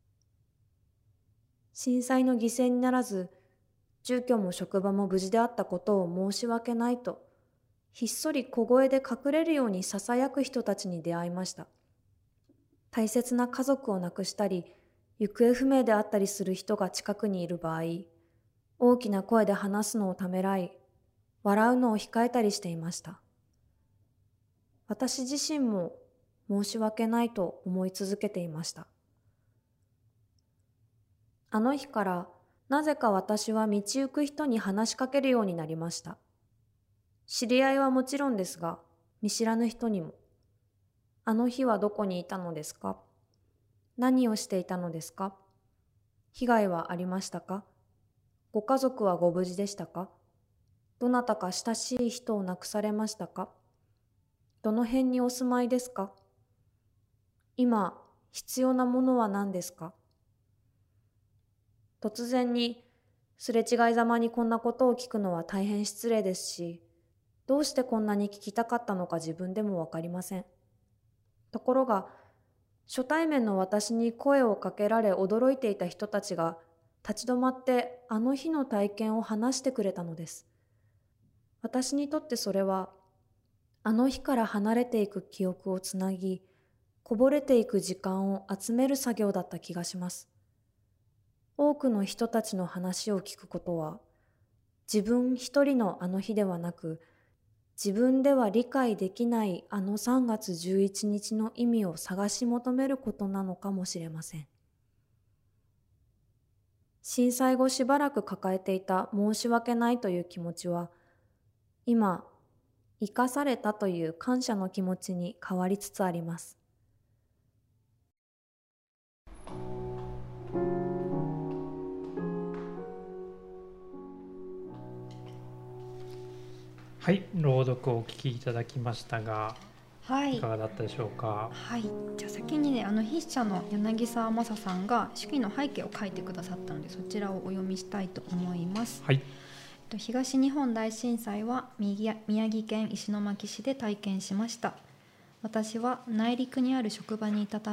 震災の犠牲にならず、住居も職場も無事であったことを申し訳ないと、ひっそり小声で隠れるように囁く人たちに出会いました。大切な家族を亡くしたり、行方不明であったりする人が近くにいる場合、大きな声で話すのをためらい、笑うのを控えたりしていました。私自身も申し訳ないと思い続けていました。あの日からなぜか私は道行く人に話しかけるようになりました。知り合いはもちろんですが、見知らぬ人にも。あの日はどこにいたのですか？何をしていたのですか？被害はありましたか？ご家族はご無事でしたか？どなたか親しい人を亡くされましたか？どの辺にお住まいですか？今、必要なものは何ですか？突然に、すれ違いざまにこんなことを聞くのは大変失礼ですし、どうしてこんなに聞きたかったのか自分でもわかりません。ところが、初対面の私に声をかけられ驚いていた人たちが立ち止まってあの日の体験を話してくれたのです。私にとってそれは、あの日から離れていく記憶をつなぎ、こぼれていく時間を集める作業だった気がします。多くの人たちの話を聞くことは、自分一人のあの日ではなく、自分では理解できないあのさんがつじゅういちにちの意味を探し求めることなのかもしれません。震災後しばらく抱えていた申し訳ないという気持ちは、今、生かされたという感謝の気持ちに変わりつつあります。 はい、朗読をお聞きいただきましたが、はい、いかがだったでしょうか。 はい、じゃあ先にね、あの筆者の柳沢正さんが手記の背景を書いてくださったので、そちらをお読みしたいと思います。 はい、 東日本大震災は宮城県石巻市で体験しました。私は内陸にある職場にいたため、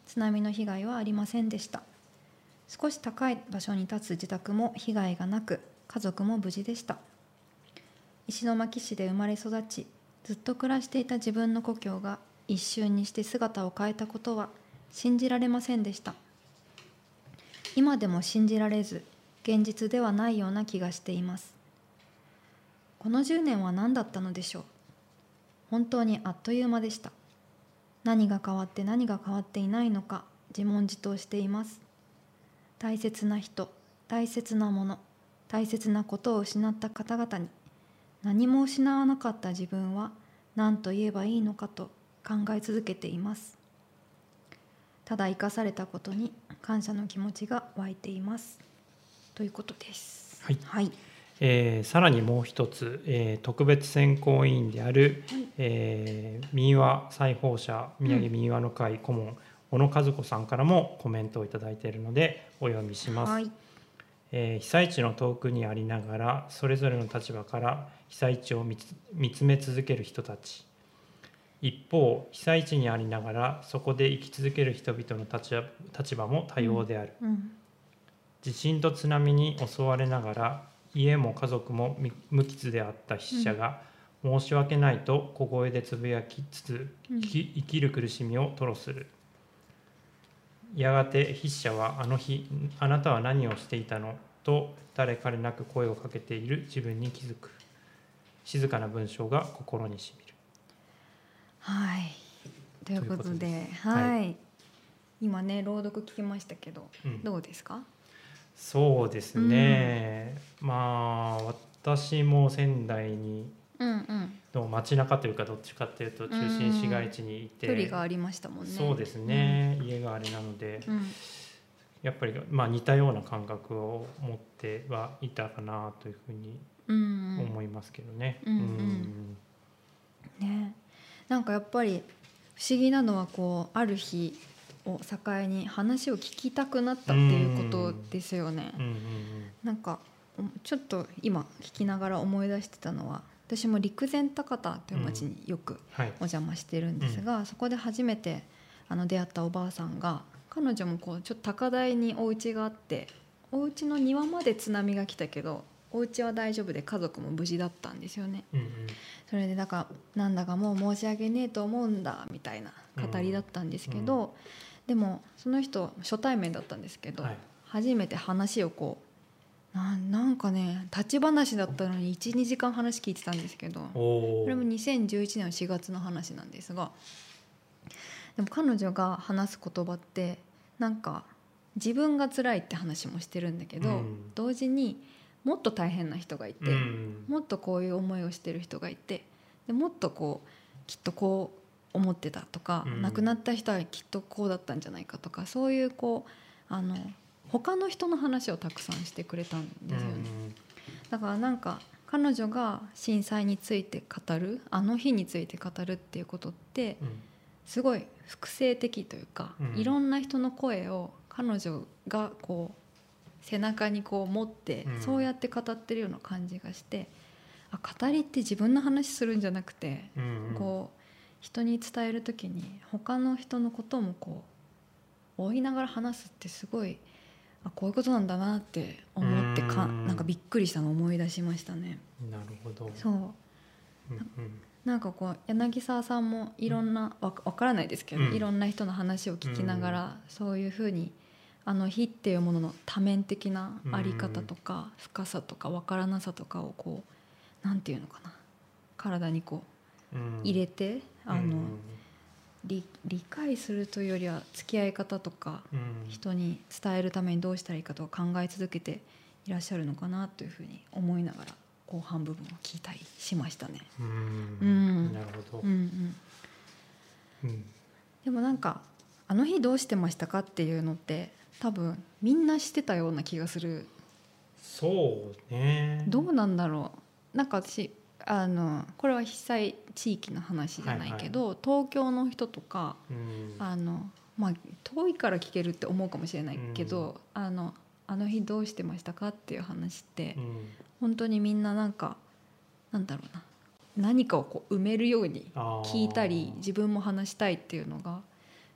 津波の被害はありませんでした。少し高い場所に立つ自宅も被害がなく、家族も無事でした。石巻市で生まれ育ち、ずっと暮らしていた自分の故郷が一瞬にして姿を変えたことは信じられませんでした。今でも信じられず、現実ではないような気がしています。このじゅうねんは何だったのでしょう。本当にあっという間でした。何が変わって何が変わっていないのか自問自答しています。大切な人、大切なもの、大切なことを失った方々に、何も失わなかった自分は何と言えばいいのかと考え続けています。ただ生かされたことに感謝の気持ちが湧いていますということです。 はい、 はい。 えー、さらにもう一つ、えー、特別選考委員である、はい、えー、民話裁縫者宮城民話の会顧問、うん、小野和子さんからもコメントをいただいているのでお読みします。はい、えー、被災地の遠くにありながらそれぞれの立場から被災地を 見, つ見つめ続ける人たち、一方被災地にありながらそこで生き続ける人々の 立, 立場も多様である、うんうん、地震と津波に襲われながら家も家族も無傷であった筆者が、申し訳ないと小声でつぶやきつつ、うん、生きる苦しみを吐露する。やがて筆者はあの日あなたは何をしていたのと誰彼なく声をかけている自分に気づく。静かな文章が心にしみる。 はい、ということで、ということで、はいはい、今ね朗読聞きましたけど、うん、どうですか？ そうですね、うん、まあ私も仙台にの街中というかどっちかっていうと中心市街地にいて、 距離がありましたもんね。 そうですね、うん、家があれなので、うん、やっぱりまあ似たような感覚を持ってはいたかなというふうに思いますけどね。うんうんうんね、なんかやっぱり不思議なのはこうある日を境に話を聞きたくなったっていうことですよね。うんうんうん、なんかちょっと今聞きながら思い出してたのは、私も陸前高田という町によくお邪魔してるんですが、うんはい、そこで初めてあの出会ったおばあさんが、彼女もこうちょっと高台にお家があって、お家の庭まで津波が来たけどお家は大丈夫で家族も無事だったんですよね。うんうん、それでだからなんだかもう申し訳ねえと思うんだみたいな語りだったんですけど、うんうん、でもその人初対面だったんですけど、はい、初めて話をこう な, なんかね立ち話だったのに いち,に 時間話聞いてたんですけど、これもにせんじゅういちねんのしがつの話なんですが、でも彼女が話す言葉ってなんか自分が辛いって話もしてるんだけど、うん、同時にもっと大変な人がいて、うん、もっとこういう思いをしてる人がいて、でもっとこうきっとこう思ってたとか、うん、亡くなった人はきっとこうだったんじゃないかとか、そういうこうあの他の人の話をたくさんしてくれたんですよね。うん、だからなんか彼女が震災について語る、あの日について語るっていうことってすごい複製的というか、うん、いろんな人の声を彼女がこう背中にこう持って、うん、そうやって語ってるような感じがして、あ、語りって自分の話するんじゃなくて、うんうん、こう人に伝える時に他の人のこともこう追いながら話すってすごい、あ、こういうことなんだなって思ってか、なんかびっくりしたのを思い出しましたね。 なるほど。 そう、うんうん、なんかこう柳沢さんもいろんな、わからないですけど、うん、いろんな人の話を聞きながら、うん、そういうふうにあの日っていうものの多面的なあり方とか、深さとかわからなさとかをこうなんていうのかな、体にこう入れて、あの理, 理解するというよりは付き合い方とか、人に伝えるためにどうしたらいいかとか考え続けていらっしゃるのかなというふうに思いながら後半部分を聞いたりしましたね。うん、うん、 なるほど。 うんうんうん、でもなんかあの日どうしてましたかっていうのって多分みんなしてたような気がする。 そうね。 どうなんだろう。なんか私あのこれは被災地域の話じゃないけど、はいはい、東京の人とか、うん、あのまあ、遠いから聞けるって思うかもしれないけど、うん、あのあの日どうしてましたかっていう話って、うん、本当にみんななんかなんだろうな、何かをこう埋めるように聞いたり自分も話したいっていうのが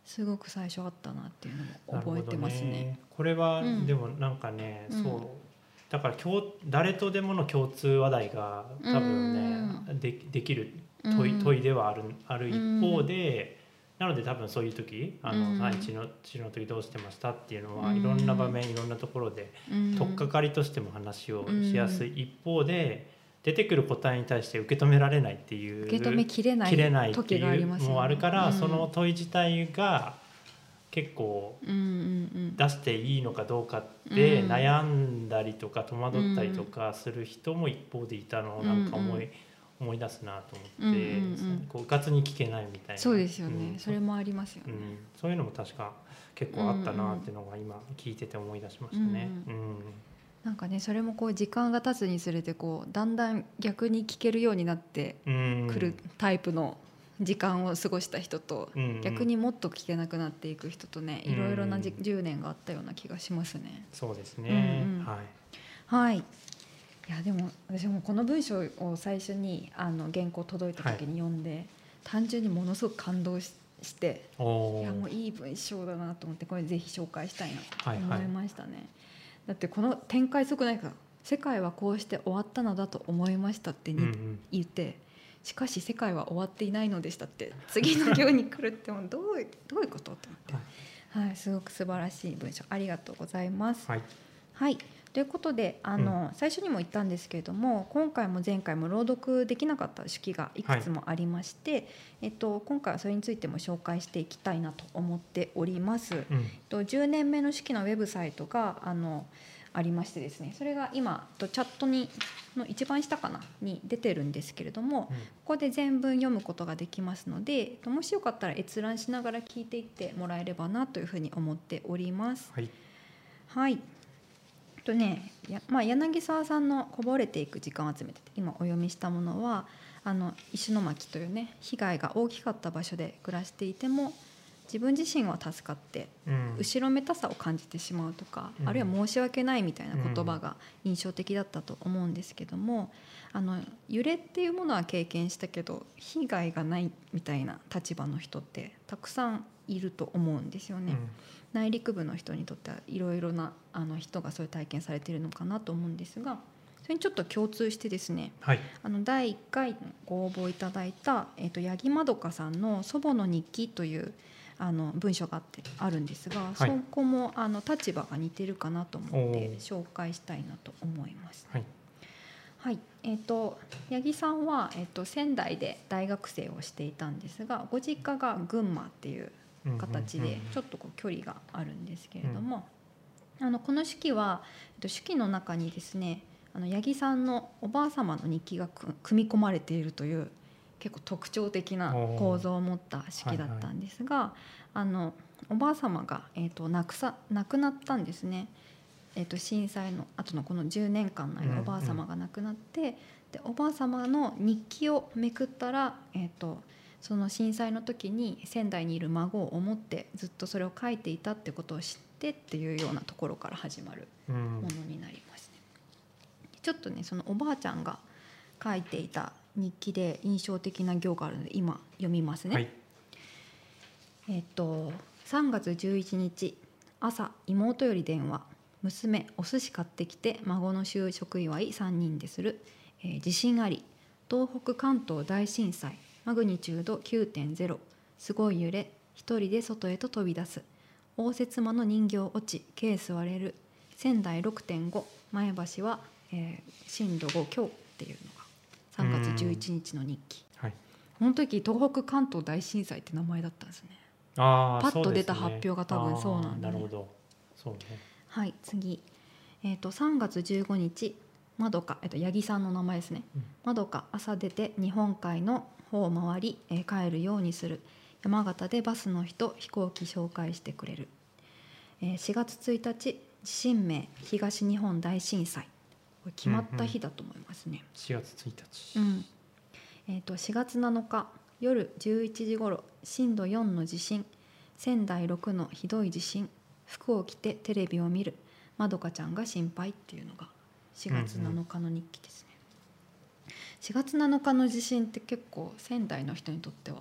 すごく最初あったなっていうのも覚えてますね。 ねこれは、うん、でもなんかね、うん、そうだから誰とでもの共通話題が多分ね、うん、で, できる問 い,、うん、問いではあ る, ある一方で、うん、なので多分そういう時あの、うん、はい、治療の時どうしてましたっていうのは、うん、いろんな場面いろんなところで、うん、取っかかりとしても話をしやすい一方で、出てくる答えに対して受け止められないっていう受け止めきれない時がありますよね。 もうあるから、うん、その問い自体が結構出していいのかどうかって悩んだりとか戸惑ったりとかする人も一方でいたのをなんか思い、うんうん、思い出すなと思って、うんうんうん、こううかつに聞けないみたいな。 そうですよね、うん、それもありますよね、 うん、そういうのも確か結構あったなっていうのが今聞いてて思い出しましたね、うんうんうん、 なんかねそれもこう時間が経つにつれてこうだんだん逆に聞けるようになってくるタイプの時間を過ごした人と、うんうん、逆にもっと聞けなくなっていく人とね、いろいろなじじゅうねんがあったような気がしますね。 そうですね、うんうん、はい、 はい、いやでも私もこの文章を最初にあの原稿届いた時に読んで、はい、単純にものすごく感動ししていやもういい文章だなと思って、これぜひ紹介したいなと思いましたね、はいはい、だってこの展開すごくないか。世界はこうして終わったのだと思いましたってに、うんうん、言ってしかし世界は終わっていないのでしたって次の行に来るってもどういうどういうことと思って、はいはい、すごく素晴らしい文章ありがとうございます。はい、はい、ということであの、うん、最初にも言ったんですけれども、今回も前回も朗読できなかった手記がいくつもありまして、はい、えっと、今回はそれについても紹介していきたいなと思っております、うん、えっと、じゅうねんめの手記のウェブサイトがあのありましてですね、それが今チャットにの一番下かなに出てるんですけれども、うん、ここで全文読むことができますので、もしよかったら閲覧しながら聞いていってもらえればなというふうに思っております。はい、はい、とねや、まあ、柳沢さんのこぼれていく時間を集めて今お読みしたものは、あの石巻というね被害が大きかった場所で暮らしていても自分自身は助かって、うん、後ろめたさを感じてしまうとか、うん、あるいは申し訳ないみたいな言葉が印象的だったと思うんですけども、あの揺れっていうものは経験したけど被害がないみたいな立場の人ってたくさんいると思うんですよね、うん、内陸部の人にとってはいろいろなあの人がそういう体験されているのかなと思うんですが、それにちょっと共通してですね、はい、あのだいいっかいご応募いただいた、えーと、八木まどかさんの祖母の日記というあの文章があってあるんですが、はい、そこもあの立場が似てるかなと思って紹介したいなと思います。はい、はい、えーと、八木さんは、えーと、仙台で大学生をしていたんですが、ご実家が群馬っていう形でちょっとこう距離があるんですけれども、うん、あのこの手記は、えーと、手記の中にですね、あの八木さんのおばあ様の日記が組み込まれているという結構特徴的な構造を持った手記だったんですが、はいはい、あのおばあ様が、えーと、亡くさ、亡くなったんですね、えーと、震災の後のこのじゅうねんかんの間、おばあ様が亡くなって、うんうん、でおばあ様の日記をめくったら、えーと、その震災の時に仙台にいる孫を思ってずっとそれを書いていたってことを知ってっていうようなところから始まるものになりますね、うん、ちょっとねそのおばあちゃんが書いていた日記で印象的な行があるので今読みますね、はい、えっとさんがつじゅういちにち朝、妹より電話、娘お寿司買ってきて孫の就職祝いさんにんでする、えー、地震あり、東北関東大震災マグニチュード きゅうてんゼロ、すごい揺れ、一人で外へと飛び出す、応接間の人形落ち、ケース割れる、仙台 ろくてんご、前橋は、えー、震度ご強っていうのがさんがつじゅういちにちの日記、はい、この時東北関東大震災って名前だったんですね。あパッと出た発表が多分そうなんで、ね、なるほどそうね。はい、次、えー、とさんがつじゅうごにちまどか、えー、と八木さんの名前ですね、うん、まどか朝出て日本海の方を回り、えー、帰るようにする、山形でバスの人飛行機紹介してくれる、えー、しがつついたち地震名東日本大震災、これ決まった日だと思いますね、うんうん、 しがつついたち、 うんえー、としがつなのか夜じゅういちじごろ震度よんの地震、仙台ろくのひどい地震、服を着てテレビを見る、まどかちゃんが心配っていうのがしがつなのかの日記ですね、うんうん、しがつなのかの地震って結構仙台の人にとっては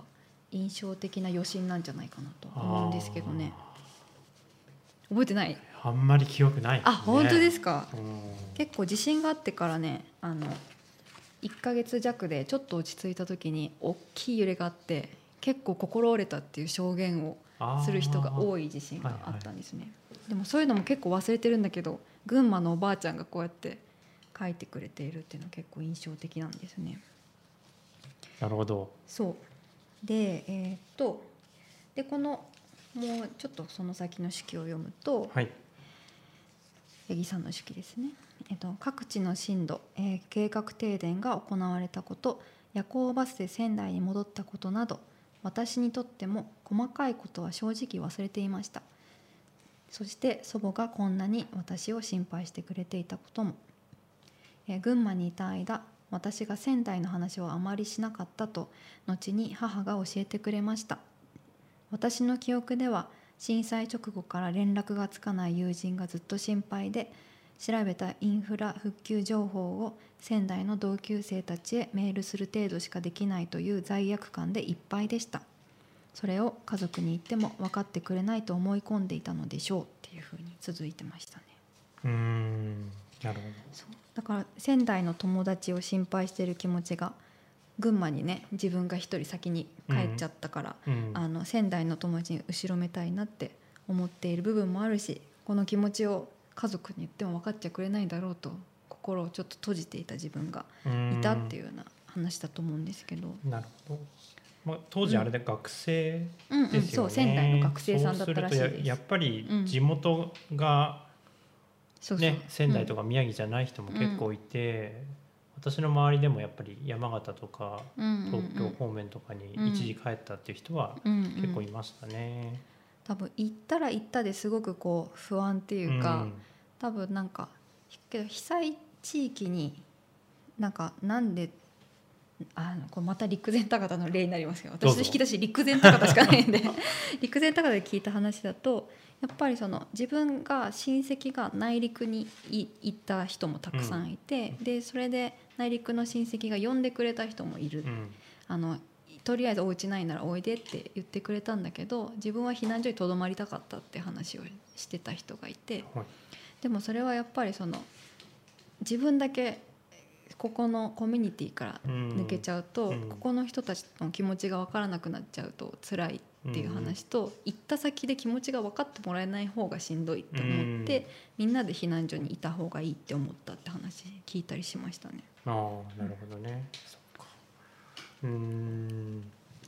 印象的な余震なんじゃないかなと思うんですけどね。覚えてない？ あんまり記憶ないですね。 あ、本当ですか。 うん、 結構地震があってからね、あのいっかげつ弱でちょっと落ち着いた時に大きい揺れがあって、結構心折れたっていう証言をする人が多い地震があったんですね、はいはい、でもそういうのも結構忘れてるんだけど、群馬のおばあちゃんがこうやって書いてくれているっていうのは結構印象的なんですね。 なるほど。 そうで、えー、っとでこのもうちょっとその先の手記を読むと、 はい、 八木さんの手記ですね。えっと、各地の震度、えー、計画停電が行われたこと、夜行バスで仙台に戻ったことなど、私にとっても細かいことは正直忘れていました。そして祖母がこんなに私を心配してくれていたことも、えー、群馬にいた間、私が仙台の話をあまりしなかったと後に母が教えてくれました。私の記憶では震災直後から連絡がつかない友人がずっと心配で、調べたインフラ復旧情報を仙台の同級生たちへメールする程度しかできないという罪悪感でいっぱいでした。それを家族に言っても分かってくれないと思い込んでいたのでしょうっていうふうに続いてましたね。 うーん、なるほど。 そうだから仙台の友達を心配している気持ちが群馬にね、自分が一人先に帰っちゃったから、うん、あの仙台の友達に後ろめたいなって思っている部分もあるし、この気持ちを家族に言っても分かっちゃくれないだろうと心をちょっと閉じていた自分がいたっていうような話だと思うんですけど。 なるほど。まあ、当時あれで学生ですよね、うんうんうん、 そう仙台の学生さんだったらしいです。 そうすると や, やっぱり地元が、うんね、仙台とか宮城じゃない人も結構いて、うん、私の周りでもやっぱり山形とか東京方面とかに一時帰ったっていう人は結構いましたね、うんうん、 多分行ったら行ったですごくこう不安っていうか、うん、多分なんかけど被災地域になんかなんであのこれまた陸前高田の例になりますけど、私の引き出し陸前高田しかないんで陸前高田で聞いた話だと、やっぱりその自分が親戚が内陸に行った人もたくさんいて、うん、でそれで内陸の親戚が呼んでくれた人もいる、うん、あのとりあえずお家ないならおいでって言ってくれたんだけど、自分は避難所にとどまりたかったって話をしてた人がいて、はい、でもそれはやっぱりその自分だけここのコミュニティから抜けちゃうと、うん、ここの人たちの気持ちが分からなくなっちゃうと辛いっていう話と、うん、行った先で気持ちが分かってもらえない方がしんどいって思って、うん、みんなで避難所にいた方がいいって思ったって話聞いたりしましたね。 ああ、なるほどね。そっか。うーん、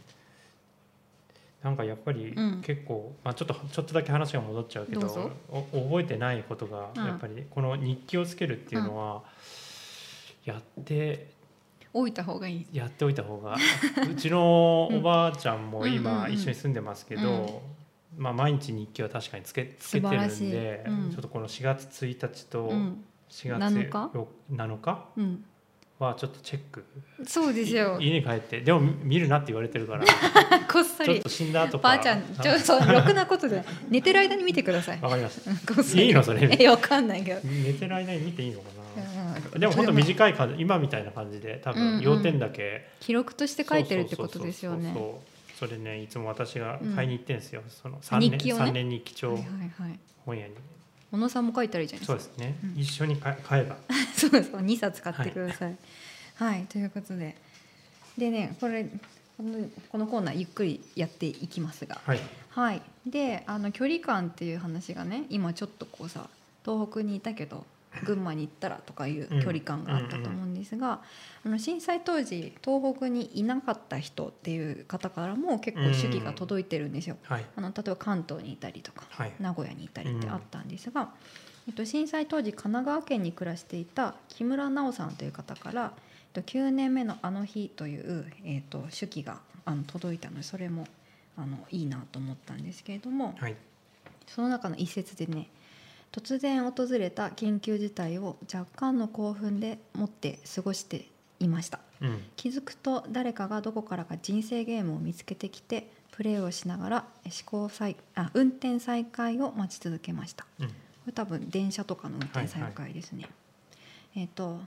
なんかやっぱり結構、うんまあ、ちょっとちょっとだけ話が戻っちゃうけど、覚えてないことがやっぱりこの日記をつけるっていうのは、うんやっておいた方がいい。 やっておいた方がうちのおばあちゃんも今一緒に住んでますけど、うんうんうんまあ、毎日日記は確かにつけ、つけてるんで、うん、ちょっとこのしがつついたちとしがつなのかはちょっとチェック、 うん、そうですよ。 家に帰ってでも見るなって言われてるからこっそりちょっと死んだとかばあちゃんちょそうろくなことで寝てる間に見てください。 わかりましたいいのそれえわかんないけど寝てる間に見ていいのかな。でも本当短い感じ、今みたいな感じで多分要点だけ、うんうん、 記録として書いてるってことですよね。 それねいつも私が買いに行ってるんですよ、うん、そのさんねん日記をね、さんねん日記帳、はいはいはい、本屋に小野さんも書いたらいいじゃないですか。 そうですね、うん、一緒に買えばそうそうにさつ買ってください、はい、はい、ということででねこれこの、このコーナーゆっくりやっていきますが、はい、はい、であの距離感っていう話がね今ちょっとこうさ東北にいたけど群馬に行ったらとかいう距離感があったと思うんですが、うんうんうん、あの震災当時東北にいなかった人っていう方からも結構手記が届いてるんですよ、うんはい、あの例えば関東にいたりとか、はい、名古屋にいたりってあったんですが、うんえっと、震災当時神奈川県に暮らしていた木村直さんという方から、えっと、きゅうねんめのあの日という、えっと、手記があの届いたのでそれもあのいいなと思ったんですけれども、はい、その中の一節でね、突然訪れた緊急事態を若干の興奮でもって過ごしていました、うん、気づくと誰かがどこからか人生ゲームを見つけてきてプレーをしながら試行再あ運転再開を待ち続けました、うん、これ多分電車とかの運転再開ですね、はいはい、えーと、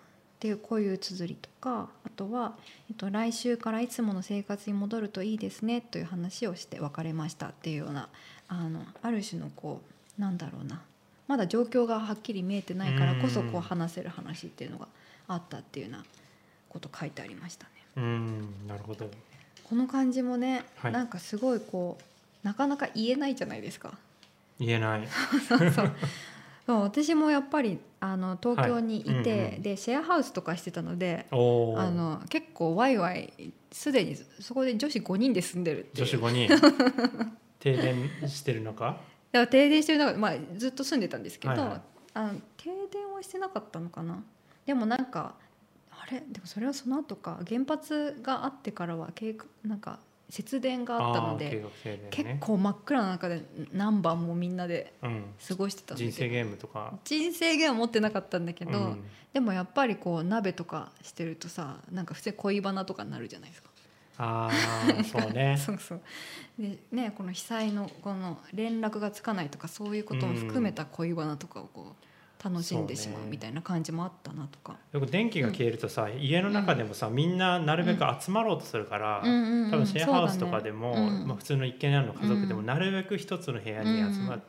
っていうこういう綴りとか、あとは、えっと、来週からいつもの生活に戻るといいですねという話をして別れましたっていうような、あのある種のこうなんだろうな、まだ状況がはっきり見えてないからこそこう話せる話っていうのがあったっていうようなこと書いてありましたね。 うん、なるほど。 この感じもね、 はい、 なんかすごいこうなかなか言えないじゃないですか。 言えないそうそうそう、私もやっぱりあの東京にいて、はい、うんうん、でシェアハウスとかしてたので、あの結構ワイワイすでにそこで女子ごにんで住んでるっていう。 女子ごにん停電してるのか。 いや停電してる中、まあ、ずっと住んでたんですけど、はいはい、あの停電はしてなかったのかな。でもなんかあれでもそれはその後か、原発があってからはなんか節電があったので、ね、結構真っ暗な中で何晩もみんなで過ごしてたんで、 うん、人生ゲームとか人生ゲームは持ってなかったんだけど、うん、でもやっぱりこう鍋とかしてるとさ、なんか普通に恋バナとかになるじゃないですか。 あそうねそうそうでね、この被災のこの連絡がつかないとかそういうことも含めた恋バナとかをこう楽しんでしまうみたいな感じもあったなとか、 よく電気が消えるとさ、うん、家の中でもさ、みんななるべく集まろうとするから、うん、多分シェアハウスとかでも、ね、うん、まあ、普通の一軒家の家族でもなるべく一つの部屋に集まって、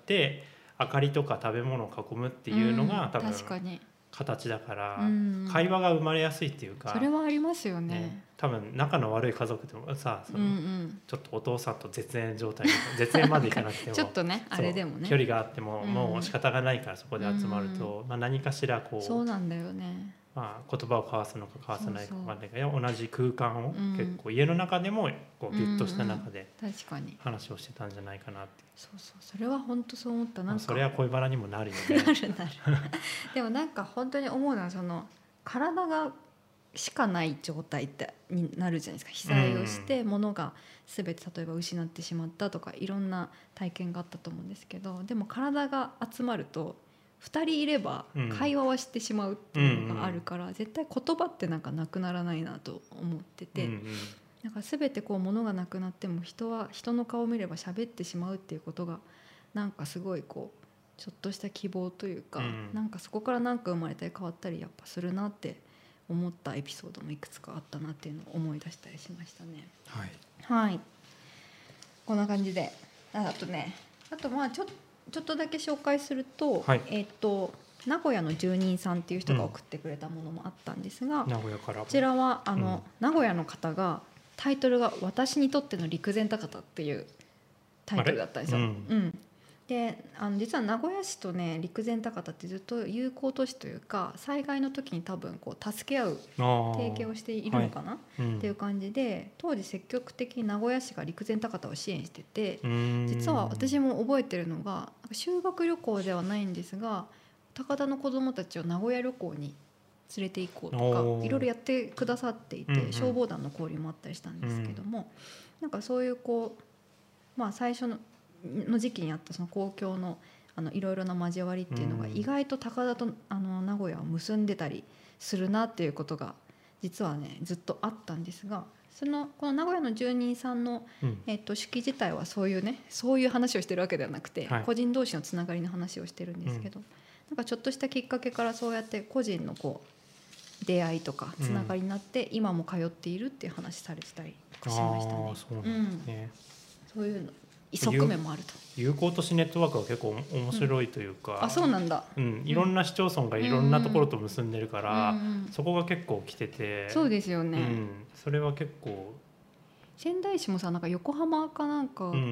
うん、明かりとか食べ物を囲むっていうのが、うん、多分確かに形だから、 うん、 会話が生まれやすいっていうか、 それはありますよ ね, ね。多分仲の悪い家族でもさ、その、うんうん、ちょっとお父さんと絶縁状態絶縁までいかなくてもちょっとねあれでもね距離があってももう仕方がないからそこで集まると、うん、まあ、何かしらこうそうなんだよね、 まあ、言葉を交わすのか交わさないかまでが同じ空間を結構家の中でもこうギュッとした中で話をしてたんじゃないかなって。 そうそう、それは本当そう思った。なんかそれは恋バナにもなるよねなるなるでもなんか本当に思うのは、その体がしかない状態ってになるじゃないですか。被災をして物が全て例えば失ってしまったとかいろんな体験があったと思うんですけど、でも体が集まるとふたりいれば会話はしてしまうっていうのがあるから、絶対言葉ってなんかなくならないなと思ってて、なんか全てこう物がなくなっても人は人の顔を見れば喋ってしまうっていうことがなんかすごいこうちょっとした希望というか、なんかそこからなんか生まれたり変わったりやっぱするなって思ったエピソードもいくつかあったなっていうのを思い出したりしましたね。 はい、 はい、こんな感じで、あとね、あとまあちょっとちょっとだけ紹介すると、はい、えー、と名古屋の住人さんっていう人が送ってくれたものもあったんですが、 うん、名古屋からこちらはあの、うん、名古屋の方がタイトルが私にとっての陸前高田っていうタイトルだったんですよ。うんうん、であの実は名古屋市とね陸前高田ってずっと友好都市というか、災害の時に多分こう助け合う提携をしているのかな、はい、うん、っていう感じで、当時積極的に名古屋市が陸前高田を支援してて、実は私も覚えてるのが修学旅行ではないんですが、高田の子どもたちを名古屋旅行に連れて行こうとかいろいろやってくださっていて、うんうん、消防団の交流もあったりしたんですけども、うん、なんかそういうこう、まあ、最初のの時期にあったその公共のあのいろいろな交わりっていうのが意外と高田とあの名古屋を結んでたりするなっていうことが実はねずっとあったんですが、そのこの名古屋の住人さんの、うんえっと、式自体はそういうねそういう話をしてるわけではなくて、はい、個人同士のつながりの話をしてるんですけど、うん、なんかちょっとしたきっかけからそうやって個人のこう出会いとかつながりになって、うん、今も通っているっていう話されてたりとかしましたね。 あ、そうなんですね、 うん、そういうの側面もあると。 友好都市ネットワークは結構面白いというか、 うん、あ、そうなんだ、 うん、いろんな市町村がいろんなところと結んでるから、うんうん、そこが結構来てて、 そうですよね、 うん、それは結構仙台市もさ、なんか横浜かなんか の,、うん、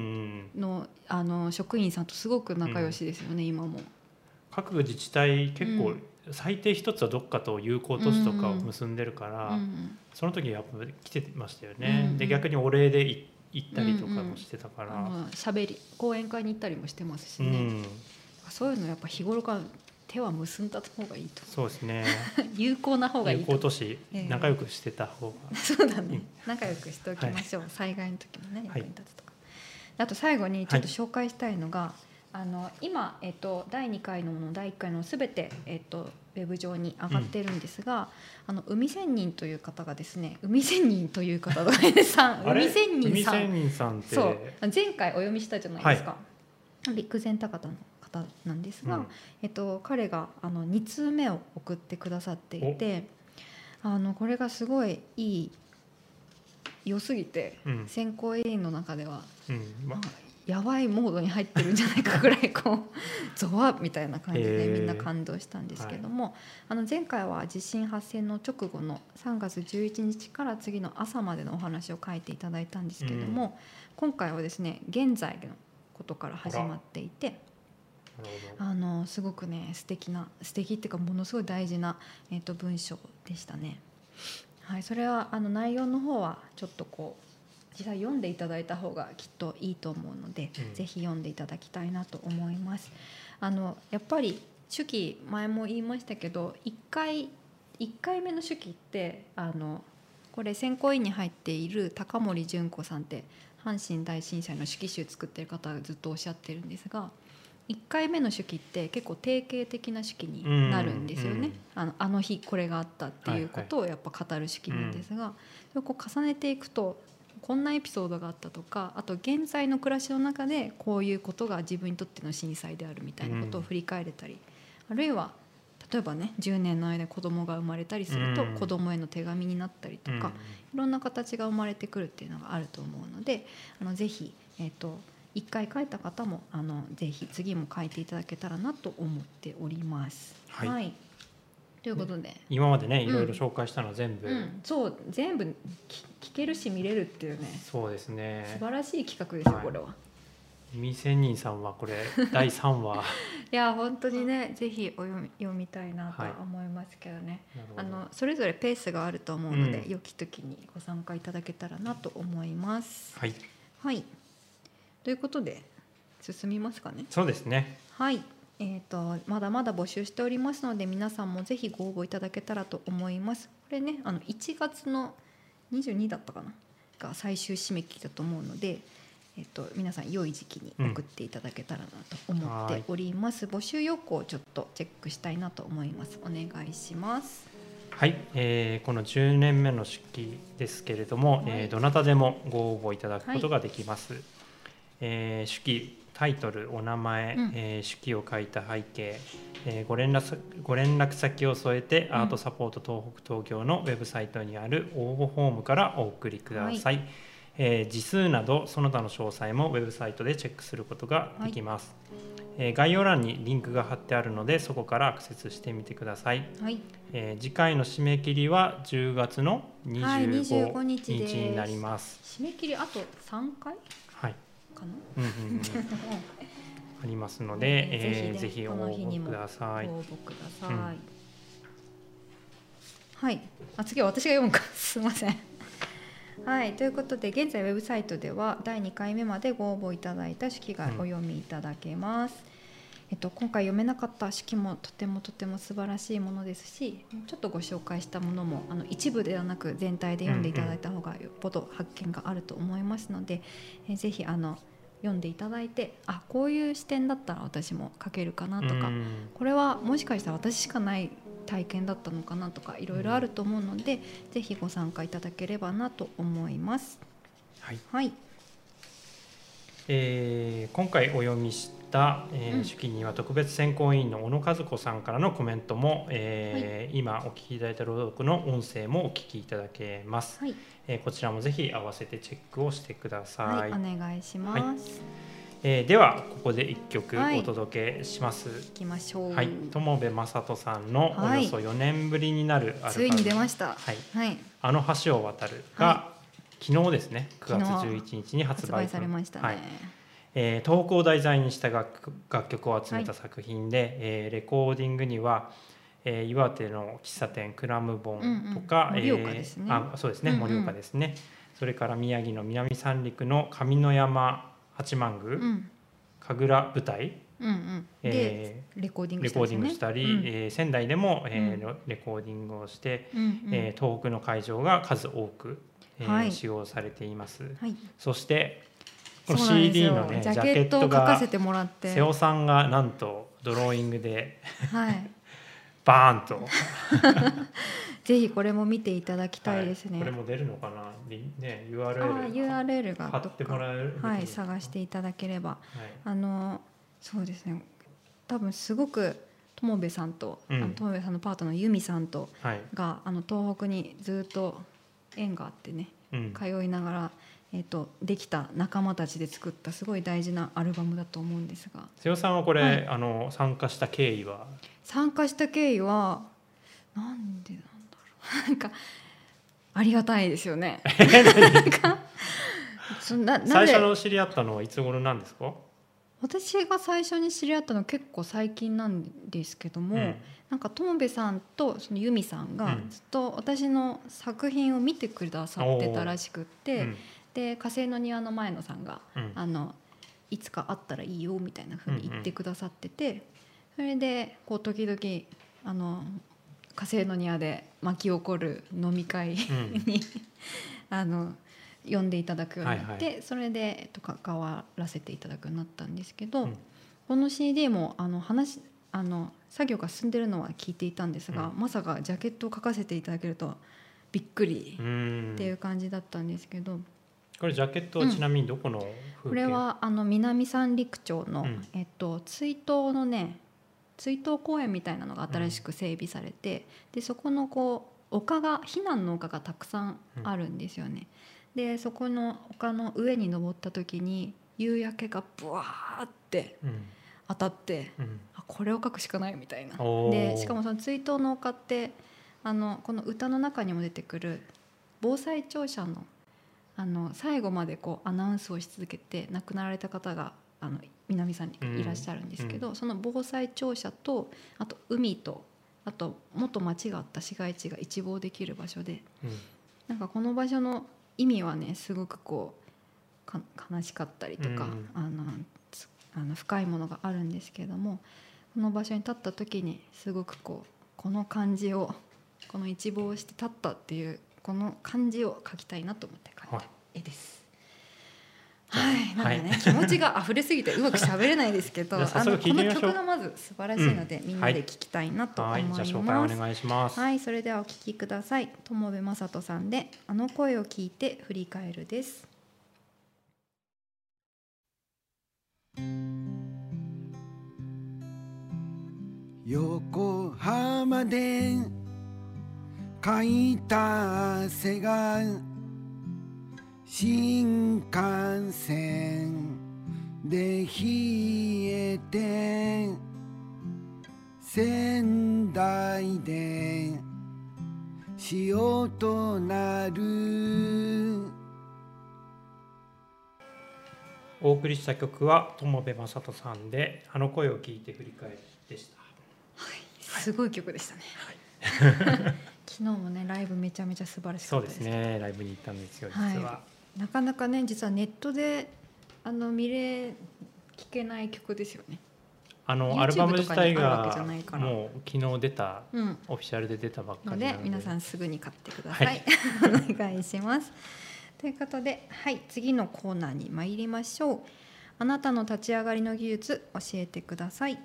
あの職員さんとすごく仲良しですよね、うん、今も各自治体結構、最低一つはどっかと友好都市とかを結んでるから、うんうん、その時やっぱ来てましたよね、うんうん、で逆にお礼で行って行ったりとかもしてたから、 うんうん、喋り講演会に行ったりもしてますしね、うん、そういうのやっぱ日頃から手は結んだ方がいいと。 そうですね有効な方がいいと。 有効都市、えー、仲良くしてた方がそうだね、仲良くしておきましょう、はい、災害の時もね役に立つとか、はい、あと最後にちょっと紹介したいのが、はい、あの今、えっと、だいにかいのものだいいっかいのすべて、えっと、ウェブ上に上がっているんですが、うん、あの海仙人という方がですね、海仙人という方がさん海仙人さん、 海仙人さんってそう前回お読みしたじゃないですか、はい、陸前高田の方なんですが、うん、えっと、彼があのに通目を送ってくださっていて、 あのこれがすごいいい良すぎて、 うん、 選考委員の中では、 うんま、 やばいモードに入ってるんじゃないかぐらいこうゾワッみたいな感じでみんな感動したんですけども、はい、あの前回は地震発生の直後のさんがつじゅういちにちから次の朝までのお話を書いていただいたんですけども、うん、今回はですね現在のことから始まっていて、あのすごくね素敵な素敵っていうかものすごい大事な、えーと、文章でしたね。はい、それはあの内容の方はちょっとこう実際読んでいただいた方がきっといいと思うので、うん、ぜひ読んでいただきたいなと思います。あのやっぱり手記前も言いましたけどいっかいいっかいめの手記ってあのこれ選考委員に入っている高森純子さんって阪神大震災の手記集作ってる方がずっとおっしゃってるんですが、いっかいめの手記って結構定型的な手記になるんですよね、うん、あの、あの日これがあったっていうことをやっぱ語る手記なんですが、はいはい、それをこう重ねていくとこんなエピソードがあったとか、あと現在の暮らしの中でこういうことが自分にとっての震災であるみたいなことを振り返れたり、うん、あるいは例えばねじゅうねんの間子供が生まれたりすると子供への手紙になったりとか、いろんな形が生まれてくるっていうのがあると思うので、あのぜひ、えーと、いっかい書いた方もあのぜひ次も書いていただけたらなと思っております。はい、はい、ということで、ね、 今までねいろいろ紹介したのは全部、 うんうん、そう全部聞けるし見れるっていうね、 そうですね、 素晴らしい企画ですよ、はい、これは。 みせんにんさんはこれだいさんわいや本当にねぜひお読み、読みたいなと思いますけどね、はい、あのそれぞれペースがあると思うので、うん、良き時にご参加いただけたらなと思います。 はい、 はい、ということで進みますかね。 そうですね。 はい、えーと、まだまだ募集しておりますので皆さんもぜひご応募いただけたらと思います。これねあのいちがつのにじゅうにだったかなが最終締め切りだと思うので、えーと、皆さん良い時期に送っていただけたらなと思っております、うん、募集要項をちょっとチェックしたいなと思います。お願いします。 はい、えー、このじゅうねんめの手記ですけれども、はい、えー、どなたでもご応募いただくことができます、はい、えー、手記タイトル、お名前、うん、えー、手記を書いた背景、えー、ご連絡、ご連絡先を添えて、うん、アートサポート東北東京のウェブサイトにある応募フォームからお送りください、はい、えー、字数などその他の詳細もウェブサイトでチェックすることができます、はい、えー、概要欄にリンクが貼ってあるのでそこからアクセスしてみてください、はい、えー、次回の締め切りはじゅうがつのにじゅうごにちになります、 はい、締め切りあとさんかい、 はいかな、 うんうんうんありますので、えー、ぜひ、ね、ぜひ応募ください。 応募ください、うん、はい、あ次は私が読むかすいませんはい、ということで現在ウェブサイトではだいにかいめまでご応募いただいた手記がお読みいただけます、うん、えっと、今回読めなかった手記もとてもとても素晴らしいものですし、ちょっとご紹介したものもあの一部ではなく全体で読んでいただいた方がよっぽど発見があると思いますので、えぜひあの読んでいただいて、あこういう視点だったら私も書けるかなとか、これはもしかしたら私しかない体験だったのかなとかいろいろあると思うので、ぜひご参加いただければなと思います。 はい、 はい、 えー、今回お読みした、えー、手記には特別選考委員の小野和子さんからのコメントも、えーはい、今お聞きいただいた朗読の音声もお聞きいただけます、はい、えー、こちらもぜひ合わせてチェックをしてください。 はい、お願いします、はい、 えー、ではここでいっきょくお届けします、はい、 いきましょう。 はい、友部正人さんのおよそよねんぶりになるアルバム、 ついに出ました、 はいはい、 あの橋を渡るが、はい、昨日ですねくがつじゅういちにちに発売、 発売されましたね、はい、 えー、東北を題材にした 楽, 楽曲を集めた作品で、はい、えー、レコーディングには、えー、岩手の喫茶店クラムボンとか、 盛、うんうん、岡ですね、 えー、あそうですね、盛、うんうん、岡ですね、それから宮城の南三陸の上山八幡宮、うん、神楽舞台、 うんうん、で、えー、レコーディングしたり、 レコーディングしたり、うん、えー、仙台でも、えーうん、レコーディングをして、うんうん、えー、東北の会場が数多く、えーはい、使用されています、はい、そしてこの シーディー のねジャケットを書かせてもらって、 瀬尾さんがなんとドローイングで、 はい、 バーンとぜひこれも見ていただきたいですね、 はい、これも出るのかな、ね、ユーアールエルあ ユーアールエル が貼ってもらえる、 はい、探していただければ、はい、あのそうですね、多分すごく友部さんと、うん、あの友部さんのパートナーの由美さんとが、はい、あの東北にずっと縁があってね、うん、通いながら、えー、とできた仲間たちで作ったすごい大事なアルバムだと思うんですが、 瀬尾さんはこれ、はい、あの参加した経緯は参加した経緯はなんでなんだろうなんかありがたいですよねなんかそなな最初の知り合ったのはいつ頃なんですか？ 私が最初に知り合ったのは結構最近なんですけども、うん、なんか友部さんとその由美さんがずっと私の作品を見てくださってたらしくって、うん、で火星の庭の前野さんが、うん、あのいつか会ったらいいよみたいな風に言ってくださってて、うんうん、それでこう時々あの火星の庭で巻き起こる飲み会に、うん、あの呼んでいただくようになって、はいはい、それで、えっと、関わらせていただくようになったんですけど、うん、この シーディー もあの話あの作業が進んでるのは聞いていたんですが、うん、まさかジャケットを書かせていただけるとはびっくりっていう感じだったんですけど、 これジャケットはちなみにどこの風景？ うん、これはあの南三陸町の、うんえっと、追悼のね追悼公園みたいなのが新しく整備されて、うん、でそこのこう丘が避難の丘がたくさんあるんですよね、うんでそこの丘の上に登った時に夕焼けがブワーって当たって、うん、あこれを描くしかないみたいな。でしかもその追悼の丘ってあのこの歌の中にも出てくる防災庁舎 の, あの最後までこうアナウンスをし続けて亡くなられた方があの南さんにいらっしゃるんですけど、うん、その防災庁舎とあと海とあと元町があった市街地が一望できる場所で、うん、なんかこの場所の意味はねすごくこうか悲しかったりとか、うん、あのあの深いものがあるんですけれども、この場所に立った時にすごくこうこの感じをこの一望して立ったっていうこの感じを描きたいなと思って描いた絵です。はい、はい、なんかね、はい、気持ちが溢れすぎてうまく喋れないですけどあのこの曲がまず素晴らしいので、うん、みんなで聴きたいなと思います。 はい、じゃあ紹介お願いします。 はい、それではお聴きください。友部正人さんであの声を聞いて振り返るです。 横浜でかいた汗が新幹線で冷えて仙台で潮となる。 お送りした曲は友部正人さんであの声を聞いて振り返るでした。 はい、すごい曲でしたね。はい、昨日もねライブめちゃめちゃ素晴らしかったです。 そうですね、ライブに行ったんですよ実は、はい、 なかなかね実はネットであの見れ聞けない曲ですよね。 あのアルバム自体がもう昨日出た、うん、オフィシャルで出たばっかりなので、 ので皆さんすぐに買ってください、はい、お願いします。ということで、はい、次のコーナーに参りましょう。あなたの立ち上がりの技術教えてください。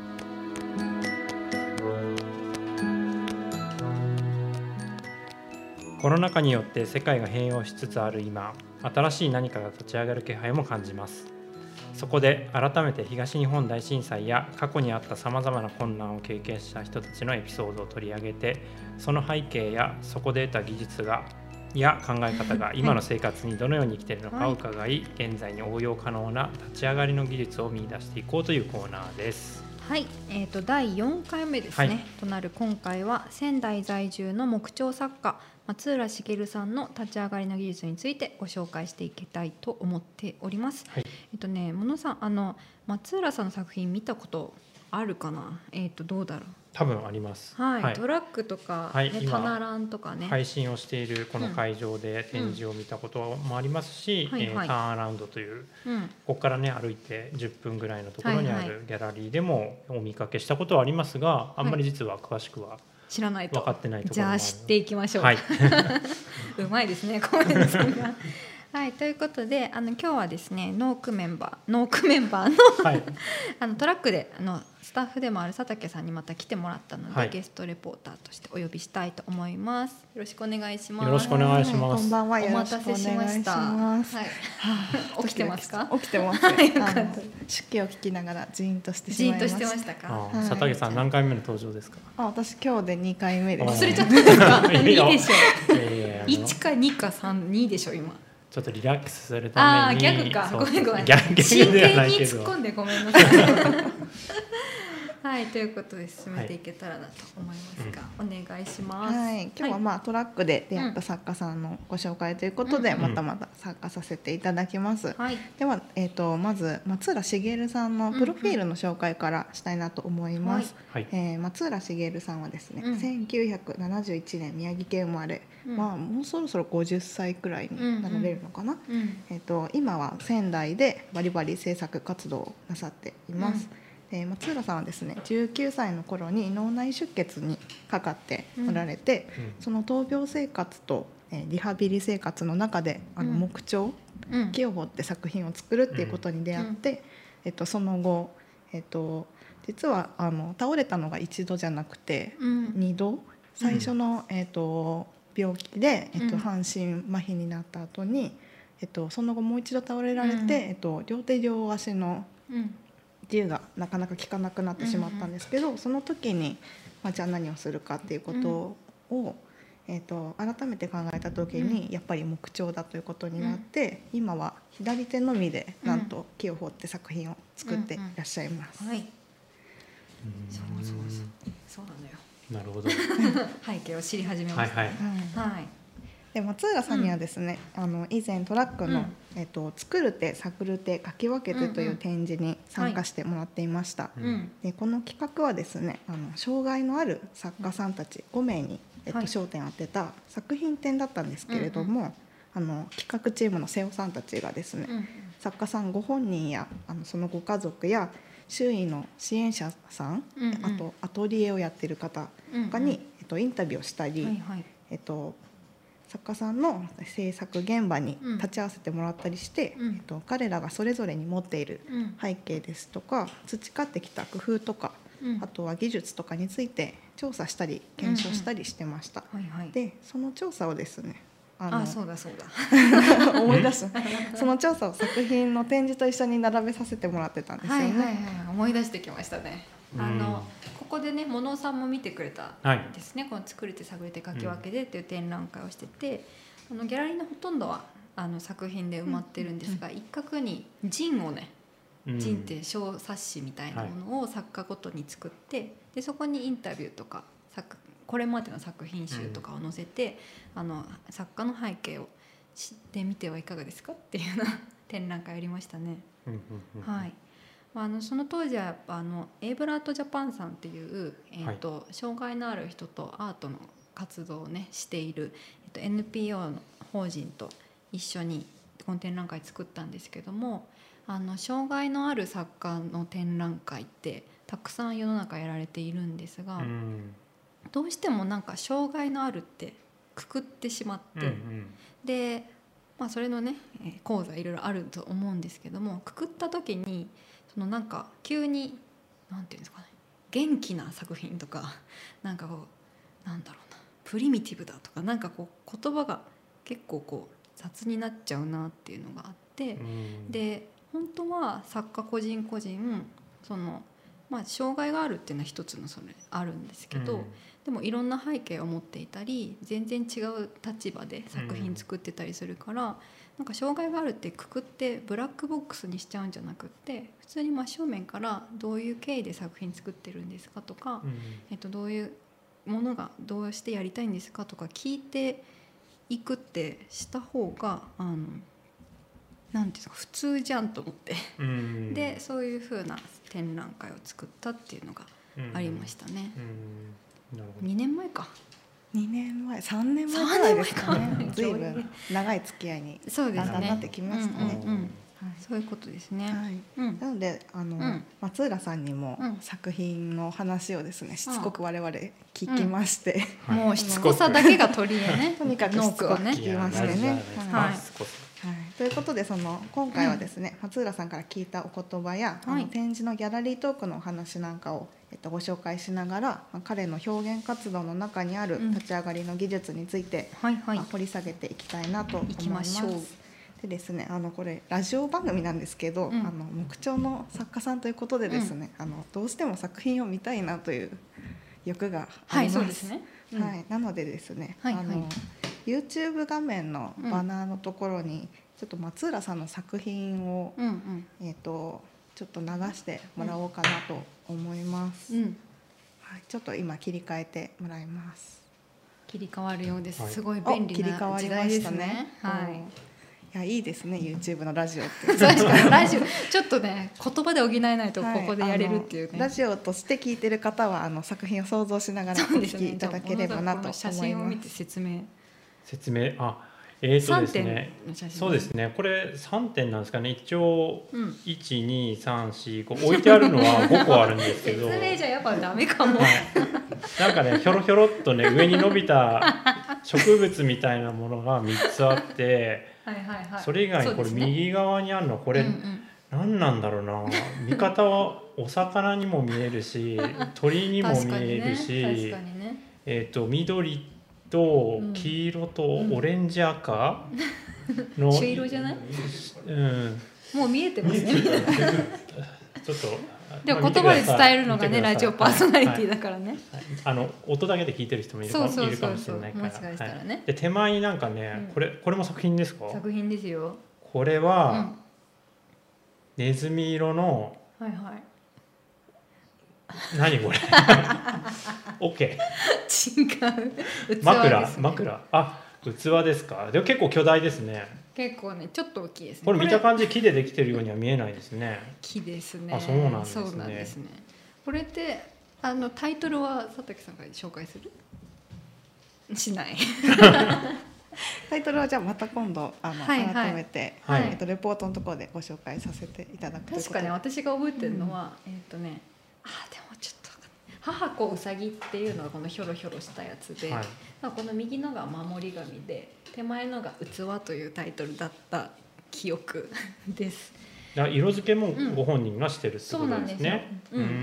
コロナ禍によって世界が変容しつつある今、新しい何かが立ち上がる気配も感じます。そこで改めて東日本大震災や過去にあったさまざまな困難を経験した人たちのエピソードを取り上げて、その背景やそこで得た技術がや考え方が今の生活にどのように生きているのかを伺い、現在に応用可能な立ち上がりの技術を見出していこうというコーナーです。 はい、えー、とだいよんかいめですね、はい、となる今回は仙台在住の木彫作家松浦茂さんの立ち上がりの技術についてご紹介していきたいと思っております。はい、えっとね小野さん、あの松浦さんの作品見たことあるかな？えっとどうだろう。 多分あります、 はいはい、トラックとか、ね、はい、タナランとかね、 配信をしているこの会場で展示を見たこともありますし、うんうん、えーはいはい、ターンアラウンドという、うん、ここからね歩いてじゅっぷんぐらいのところにあるギャラリーでもお見かけしたことはありますが、はいはい、あんまり実は詳しくは知らないと分かってないところもある。じゃあ知っていきましょう、 はい、 うまいですね小林さんがはい、ということであの今日はですねノークメンバーノークメンバーの、はい、あのトラックであのスタッフでもある佐竹さんにまた来てもらったので、はい、ゲストレポーターとしてお呼びしたいと思います。よろしくお願いします。 よろしくお願いします。 こんばんは。 お待たせしました。はい、起きてますか？ 起きてます。あの出家を聞きながらジーンとしてしまいました。 ジーンとしてましたか？ 佐竹さん何回目の登場ですか？ あ、私今日でにかいめです。 忘れちゃったんですか？にでしょ。いちかにかさん、にでしょ今。 ちょっとリラックスするために。 ああ、ギャグか。ごめんごめん。 ギャグ真ではないけど。 剣に突っ込んでごめんなさい。はい、ということで進めていけたらなと思いますが、はい、お願いします。 はい、今日はまあ、はい、トラックで出会った作家さんのご紹介ということで、うん、またまた参加させていただきます。はい、では、えーと、まず松浦茂さんのプロフィールの紹介からしたいなと思います。はい、えー、松浦茂さんはですね、うん、せんきゅうひゃくななじゅういちねん宮城県生まれ、うん、まあ、もうそろそろごじゅっさいくらいになられるのかな、うんうん、えーと、今は仙台でバリバリ制作活動をなさっています。うん、えー、松浦さんはですねじゅうきゅうさいの頃に脳内出血にかかっておられて、うん、その闘病生活と、えー、リハビリ生活の中であの木彫、うん、木を彫って作品を作るっていうことに出会って、うん、えー、とその後、えー、と実はあの倒れたのが一度じゃなくて、うん、にど最初の、えー、と病気で、えー、と半身麻痺になった後に、えー、とその後もう一度倒れられて、うん、えー、と両手両足の自由がなかなか効かなくなってしまったんですけど、うんうん、その時に、まあ、じゃあ何をするかっていうことを、うんえー、と改めて考えた時に、うん、やっぱり木彫だということになって、うん、今は左手のみでなんと木を彫って作品を作っていらっしゃいます。 うんうん、はい、そうそうそうそうなのよ。 なるほど。 背景を知り始めました。はいはいはい、で松浦さんにはですね、うん、あの以前トラックの、うんえっと、作る手作る手書き分けてという展示に参加してもらっていました。うんうんはい、でこの企画はですねあの障害のある作家さんたちごめいに、えっと、焦点を当てた作品展だったんですけれども、うんうん、あの企画チームの瀬尾さんたちがですね、うんうん、作家さんご本人やあのそのご家族や周囲の支援者さん、うんうん、あとアトリエをやっている方とかに、うんうんえっと、インタビューをしたり、はいはいえっと作家さんの制作現場に立ち会わせてもらったりして、うんえっと、彼らがそれぞれに持っている背景ですとか、うん、培ってきた工夫とか、うん、あとは技術とかについて調査したり検証したりしてました。うんうんはいはい、でその調査をですねあのあそうだそうだ思い出すその調査を作品の展示と一緒に並べさせてもらってたんですよね。はいはいはい、 思い出してきましたね。あのここでねモノさんも見てくれたんですね、はい、この作れて探れて書き分けでっていう展覧会をしてて、うん、あのギャラリーのほとんどはあの作品で埋まってるんですが、うん、一角にジンをね、うん、ジンって小冊子みたいなものを作家ごとに作って、はい、でそこにインタビューとか作これまでの作品集とかを載せて、うん、あの作家の背景を知ってみてはいかがですかっていうような展覧会やりましたね。うんうんうん、はいあのその当時はやっぱあのエイブルアートジャパンさんっていう、えーとはい、障害のある人とアートの活動を、ね、している、えーと、エヌピーオー の法人と一緒にこの展覧会作ったんですけどもあの障害のある作家の展覧会ってたくさん世の中やられているんですが、うん、どうしてもなんか障害のあるってくくってしまって、うんうん、で、まあ、それのね講座いろいろあると思うんですけどもくくった時にそのなんか急になんていうんですかね元気な作品とかなんかこうなんだろうなプリミティブだとかなんかこう言葉が結構こう雑になっちゃうなっていうのがあって、うん、で本当は作家個人個人その、まあ、障害があるっていうのは一つのそれあるんですけど、うん、でもいろんな背景を持っていたり全然違う立場で作品作ってたりするから、うんなんか障害があるってくくってブラックボックスにしちゃうんじゃなくって普通に真正面からどういう経緯で作品作ってるんですかとか、うんえっと、どういうものがどうしてやりたいんですかとか聞いていくってした方があのなんていうんですか普通じゃんと思って、うん、でそういう風な展覧会を作ったっていうのがありましたね。うんうん、なるほどにねんまえかにねんまえさんねんまえくらいですかね。随分長い付き合いにだんだんなってきましたね。 そういうことですね。 はいうん、なのであの、うん、松浦さんにも作品の話をですね、うん、しつこく我々聞きまして、 うん、もうしつこさだけが取り柄ねとにかくしつこく聞きましてね。はいはいはい、ということでその今回はですね、うん、松浦さんから聞いたお言葉や、はい、あの展示のギャラリートークのお話なんかを、えっと、ご紹介しながら、まあ、彼の表現活動の中にある立ち上がりの技術について、うんはいはいまあ、掘り下げていきたいなと思います。でですね、あのこれラジオ番組なんですけど、うん、あの木彫の作家さんということでですね、うん、あのどうしても作品を見たいなという欲があります。はい、そうですね。うん、はい、なのでですね、はいはい、あの YouTube 画面のバナーのところに、うん、ちょっと松浦さんの作品を、うんうん、えーと、ちょっと流してもらおうかなと思います。うんはい、ちょっと今切り替えてもらいます。 切り替わるようです。はい、すごい便利な時代ですね。はい。 いやいいですね YouTube のラジオって確かにラジオちょっとね言葉で補えないとここでやれるっていうね、はい、 ラジオとして聞いてる方はあの作品を想像しながらお聞きいただければなと思います。 写真を見て説明説明あえーとですね、そうですねこれさんてんなんですかね一応、うん、いちにさんしご置いてあるのはごこあるんですけど説明じゃやっぱダメかも、はい、 なんかねひょろひょろっとね上に伸びた植物みたいなものがみっつあってはいはいはい、それ以外にこれ右側にあるのこれ、うんうん、何なんだろうな見方はお魚にも見えるし鳥にも見えるし、ねねえー、と緑と黄色とオレンジ赤の、 うん、朱色じゃない、うん、もう見えてますねちょっとでも言葉で伝えるのがねラジオパーソナリティだからね、はいはい、 あの音だけで聞いてる人もいるかもしれないから、もしかしたらね、はい、で手前になんかね、うん、これこれも作品ですか？ 作品ですよ。 これは、うん、ネズミ色のはいはい何これOK 違う枕枕あ器ですか？でも結構巨大ですね。 結構ねちょっと大きいですね。 これ見た感じ木でできてるようには見えないですね。 木ですね。 あ、そうなんですね。 そうなんですね。これってあのタイトルは佐竹さんから紹介する？しないタイトルはじゃあまた今度あの、はいはい、改めて、はいえっと、レポートのところでご紹介させていただくということで。 確かに私が覚えてるのは、うん、えっとねあでもちょっと母子うさぎっていうのがこのひょろひょろしたやつで、はい、まあ、この右のが守り神で手前のが器というタイトルだった記憶です。 色付けもご本人がしてるってことですね。うん、そうなんですよ。うんうん、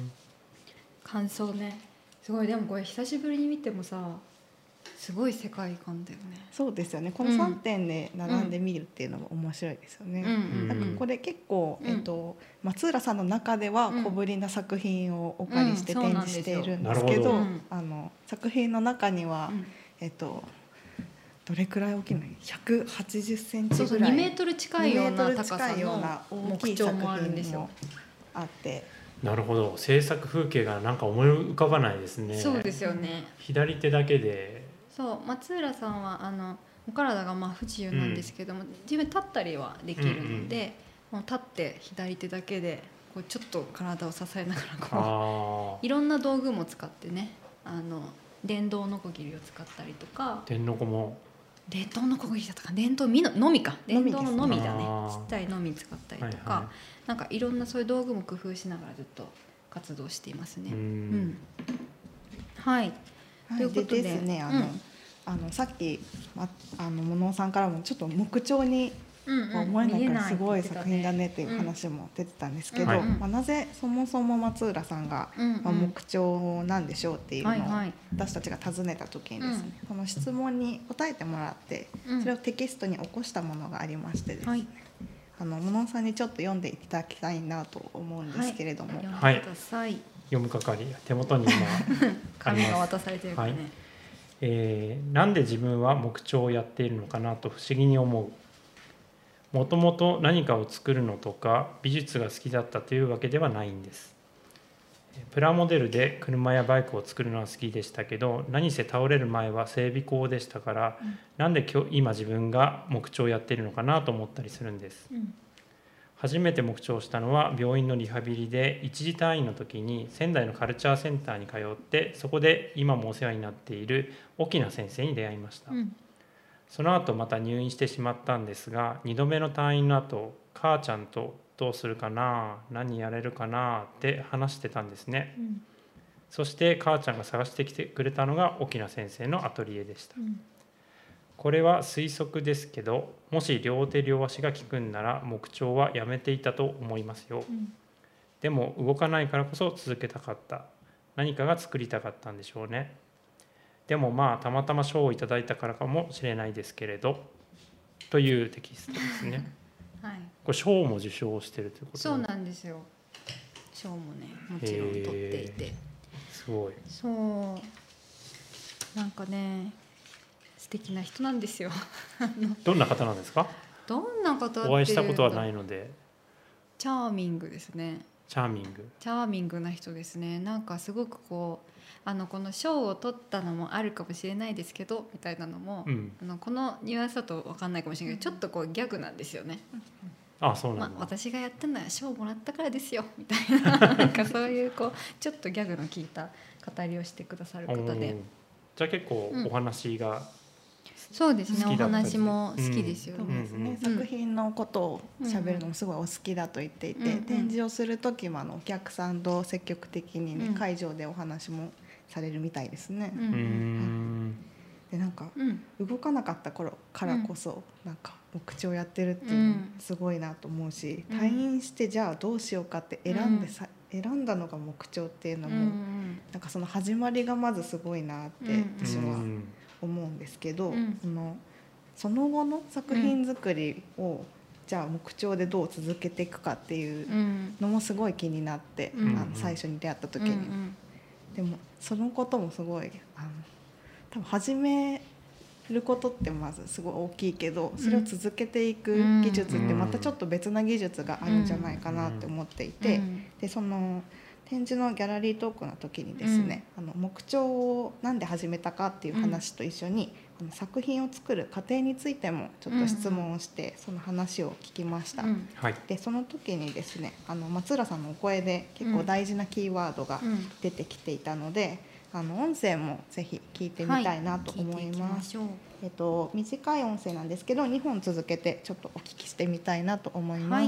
感想ねすごい。でもこれ久しぶりに見てもさすごい世界観だよね。 そうですよね。このさんてんで並んで見るっていうのが面白いですよね。うん、なんかこれ結構、えっと、松浦さんの中では小ぶりな作品をお借りして展示しているんですけど、うんうん、あの作品の中には、うん、えっとどれくらい大きいの？ひゃくはちじゅっセンチぐらい、そうそうにメートル近いような高さの木彫もあるんですよ。 あって。 なるほど。制作風景がなんか思い浮かばないですね。 そうですよね。 左手だけで。 そう松浦さんはあのお体がまあ不自由なんですけども、うん、自分立ったりはできるので、うんうん、もう立って左手だけでこうちょっと体を支えながらこういろんな道具も使ってね、あの電動のこぎりを使ったりとか。 電のこも電動のこぎりだとか電動ののみか電動ののみだね、ちっちゃいのみ使ったりとか、はいはい、なんかいろんなそういう道具も工夫しながらずっと活動していますね。うん、うん、はいということでですね、あの、うん、あのさっきああの物尾さんからもちょっと木彫に思えないからすごい作品だねっていう話も出てたんですけど、うん、まあ、なぜそもそも松浦さんが、うんうん、まあ、木彫なんでしょうっていうのを私たちが尋ねた時にですね、うん、この質問に答えてもらってそれをテキストに起こしたものがありましてですね、はい、あの物尾さんにちょっと読んでいただきたいなと思うんですけれども、 はい、読んでください。 読む係手元に今紙が渡されてるからね、はい、 えー、なんで自分は木彫をやっているのかなと不思議に思う。もともと何かを作るのとか美術が好きだったというわけではないんです。プラモデルで車やバイクを作るのは好きでしたけど、何せ倒れる前は整備工でしたから、うん、なんで今日今自分が木彫をやっているのかなと思ったりするんです、うん、初めて木彫をしたのは病院のリハビリで一時退院の時に仙台のカルチャーセンターに通って、そこで今もお世話になっている沖名先生に出会いました、うん、その後また入院してしまったんですが、にどめの退院の後母ちゃんとどうするかな、何やれるかなって話してたんですね、うん、そして母ちゃんが探してきてくれたのが沖野先生のアトリエでした、うん、これは推測ですけど、もし両手両足が効くんなら木彫はやめていたと思いますよ、うん、でも動かないからこそ続けたかった、何かが作りたかったんでしょうね。でもまあたまたま賞をいただいたからかもしれないですけれど、というテキストですねはい、これ賞も受賞してるということで。 そうなんですよ。賞もね、もちろん取っていて、 すごい。 そうなんかね、素敵な人なんですよどんな方なんですか？ どんな方っていうと、 お会いしたことはないので。 チャーミングですね。 チャーミング。 チャーミングな人ですね。なんかすごくこう、あのこの賞を取ったのもあるかもしれないですけどみたいなのも、うん、あのこのニュアンスだと分かんないかもしれないけど、ちょっとこうギャグなんですよね。 あ、そうなんだ。 まあ、私がやったのは賞をもらったからですよみたいな、なんかそういうこうちょっとギャグの効いた語りをしてくださる方で。 じゃあ結構お話が、うん、 そうですね、お話も好きですよね、うん、 そうですね、作品のことを喋るのもすごいお好きだと言っていて、うん、展示をする時もあのお客さんと積極的に、ね、うん、会場でお話もされるみたいですね、うん、でなんか、うん、動かなかった頃からこそ、うん、なんか木彫やってるっていうのすごいなと思うし、うん、退院してじゃあどうしようかって選んでさ、うん、選んだのが木彫っていうのも、うん、なんかその始まりがまずすごいなって私は思うんですけど、うん、その、その後の作品作りを、うん、じゃあ木彫でどう続けていくかっていうのもすごい気になって、うん、あの最初に出会った時に、うんうん、でもそのこともすごいあの多分始めることってまずすごい大きいけど、それを続けていく技術ってまたちょっと別な技術があるんじゃないかなって思っていて、でその展示のギャラリートークの時にですね、あの木彫をなんで始めたかっていう話と一緒に、あの作品を作る過程についてもちょっと質問をして、その話を聞きました、うんはい、でその時にですね、あの松浦さんのお声で結構大事なキーワードが出てきていたので、あの音声もぜひ聞いてみたいなと思います、はい、えっと、短い音声なんですけどにほん続けてちょっとお聞きしてみたいなと思います、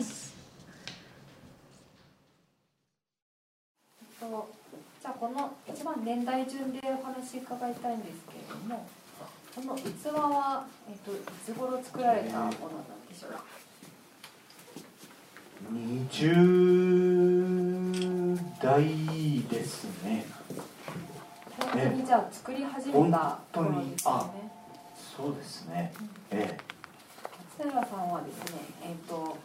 はい、とじゃあこの一番年代順でお話伺いたいんですけれども、この器は、えっと、いつ頃作られたものなんでしょうか？ にじゅうだいですね。 本当にじゃあ作り始めた頃ですよね。 そうですね、うん、ええ、 松浦さんはですね、えっと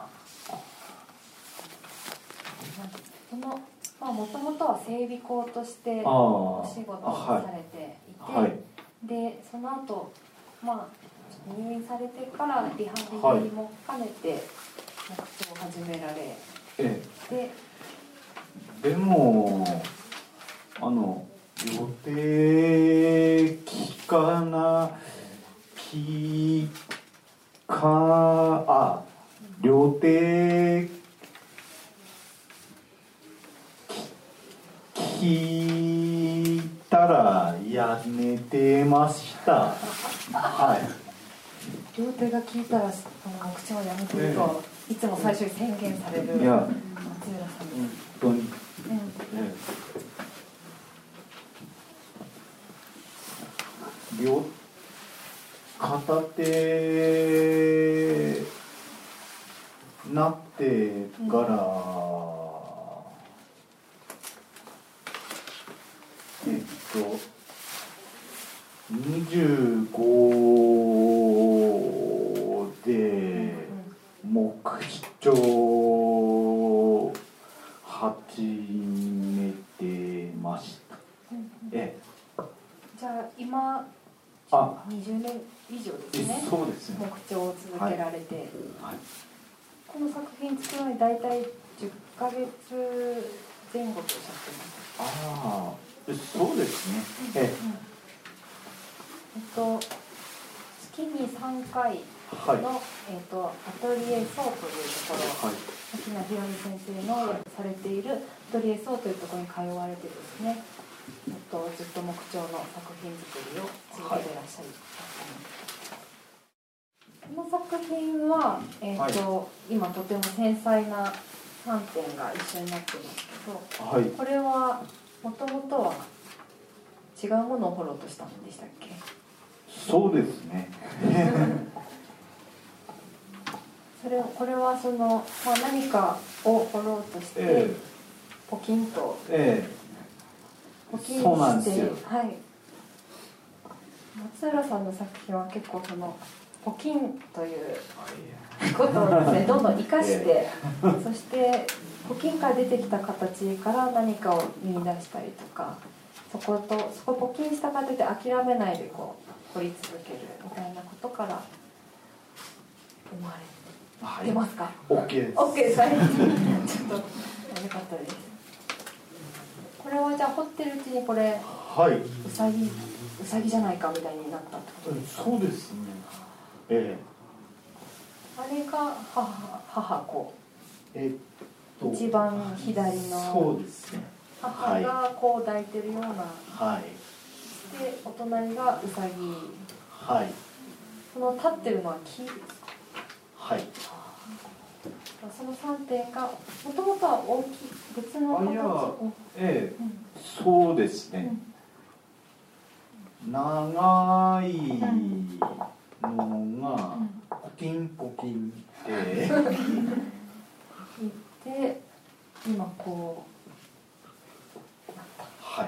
そのまあもともとは整備工としてお仕事をされていて、はいはい、でその後、まあ入院されてからリハビリも兼ねて木彫を始められ、 ええ、ででもあの予定期かな期かあ料亭聞いたらやめてましたはい。 両手が聞いたら木彫をやめてると、えー、いつも最初に宣言される松浦さん、本当に、うんえー、両片手なってから、うん、えっとにじゅうごで木彫始めてました、うん、えじゃあ今にじゅうねん以上ですね。 そうですね。 木彫を続けられて、はいはい、この作品作るのに大体じゅっかげつぜん後とおっしゃってます。 ああ、そうですね。うんうん、ええっと月にさんかいの、はいえっと、アトリエソーというところ、はい、沖野博美先生のされているアトリエソーというところに通われてですね、えっと、ずっと木彫の作品作りを続けていらっしゃる、 この作品は、えーとはい、今とても繊細なさんてんが一緒になってますけど、はい、これはもともとは違うものを彫ろうとしたんでしたっけ？ そうですねそれこれはその、まあ、何かを彫ろうとして、えー、ポキンと、えー、ポキンしてそうなんですよ、はい、松浦さんの作品は結構そのポキンということをですねどんどん生かしてそしてポキンから出てきた形から何かを見出したりとかそことそこポキンした形で諦めないでこう掘り続けるみたいなことから生まれてはい、出ますか？ OK です。 OK です。ちょっと良かったです。これはじゃあ彫ってるうちにこれ、はい、うさぎうさぎじゃないかみたいになったってことですか？ そうですね。ええ。 あれが母母子。 えっと一番左の。 そうですね。 母がこう抱いてるような。 はい。 でお隣がうさぎ。はい。この立ってるのは木ですか？はい。そのさんてんがもともとは大きい別の形をええ、うん、そうですね、うん、長いのがポキンポキンっていって今こうなったはい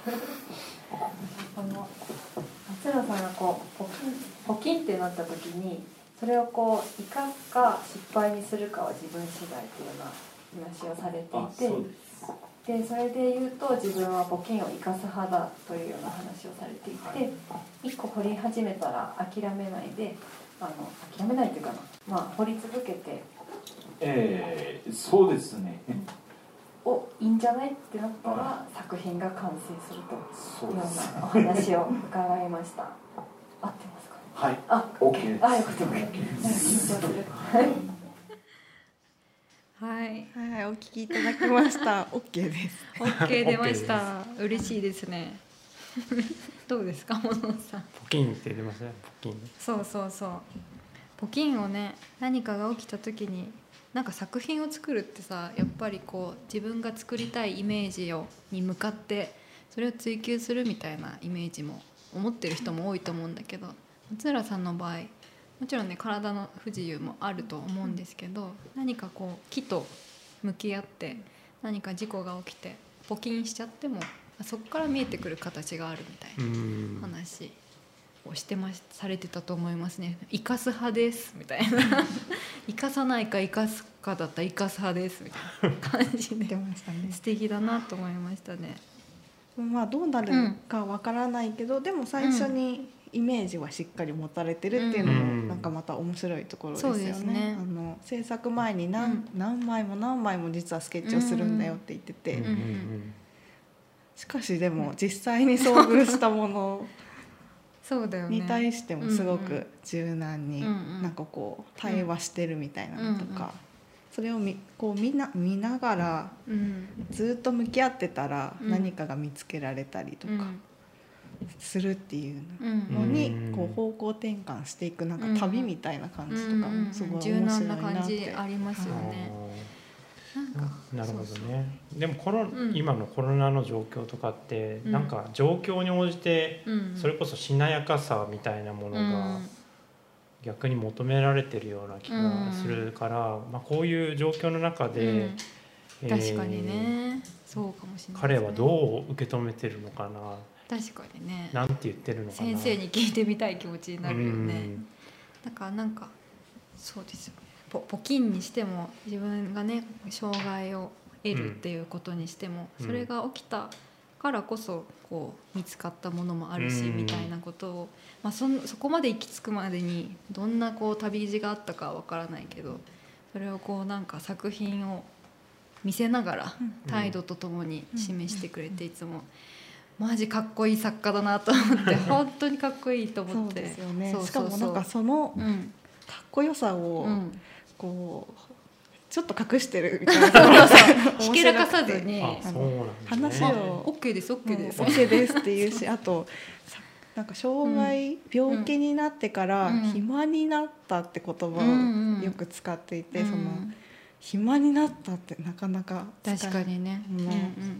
あの松浦さんがこうポキンポキンってなった時にそれをこう生かすか失敗にするかは自分次第というような話をされていて、でそれで言うと自分はポキンを生かす派だというような話をされていて、一個掘り始めたら諦めないであの諦めないというかな、まあ掘り続けて、 えー、そうですね。 おいいんじゃないってなったら作品が完成するというようなお話を伺いました。合ってますか？ はい。あ、OK です。 あ、よかった。緊張する。はい。 はい、はい、お聞きいただきました。OK です。 OK 出ました。嬉しいですね。どうですか、モノさん。 ポキンって出ますね。ポキン。 そうそうそう。ポキンをね、何かが起きた時に、なんか作品を作るってさ、やっぱりこう自分が作りたいイメージをに向かってそれを追求するみたいなイメージも思ってる人も多いと思うんだけど。松浦さんの場合もちろんね体の不自由もあると思うんですけど、何かこう木と向き合って何か事故が起きてポキンしちゃってもそこから見えてくる形があるみたいな話をしてましされてたと思いますね。生かす派ですみたいな生かさないか生かすかだったら生かす派ですみたいな感じでましたね。 素敵だなと思いましたね。 まあどうなるかわからないけど、うん、でも最初にイメージはしっかり持たれてるっていうのもなんかまた面白いところですよね。うん、そうですね。あの制作前に 何,、うん、何枚も何枚も実はスケッチをするんだよって言ってて、うんうん、しかしでも実際に遭遇したものに対してもすごく柔軟になんかこう対話してるみたいなのとか、それをみこう見な、見ながらずっと向き合ってたら何かが見つけられたりとかするっていうのにこう方向転換していくなんか旅みたいな感じとかもすごい面白いなって。柔軟な感じありますよね。 なるほどね。でもコロ、うん、今のコロナの状況とかって、うん、なんか状況に応じてそれこそしなやかさみたいなものが逆に求められてるような気がするから、うんまあ、こういう状況の中で、うんえー、確かにねそうかもしれない、 ね、彼はどう受け止めてるのかな。 確かにね。 なんて言ってるのかな。 先生に聞いてみたい気持ちになるよね。だからなんかそうですよね。ポ, ポキンにしても自分がね障害を得るっていうことにしても、うん、それが起きたからこそこう見つかったものもあるし、うん、みたいなことを、まあ、そ, そこまで行き着くまでにどんなこう旅路があったかは分からないけど、それをこうなんか作品を見せながら態度とともに示してくれて、いつもマジかっこいい作家だなと思って本当にかっこいいと思って。 そうですよね。しかもなんかそのかっこよさを、うんこうちょっと隠してるみたいなひけらかさずに話を OK です OK です OK ですっていうし、あとなんか障害、うん、病気になってから暇になったって言葉をよく使っていて、うん、その暇になったってなかなか使え確かにね、うんうん、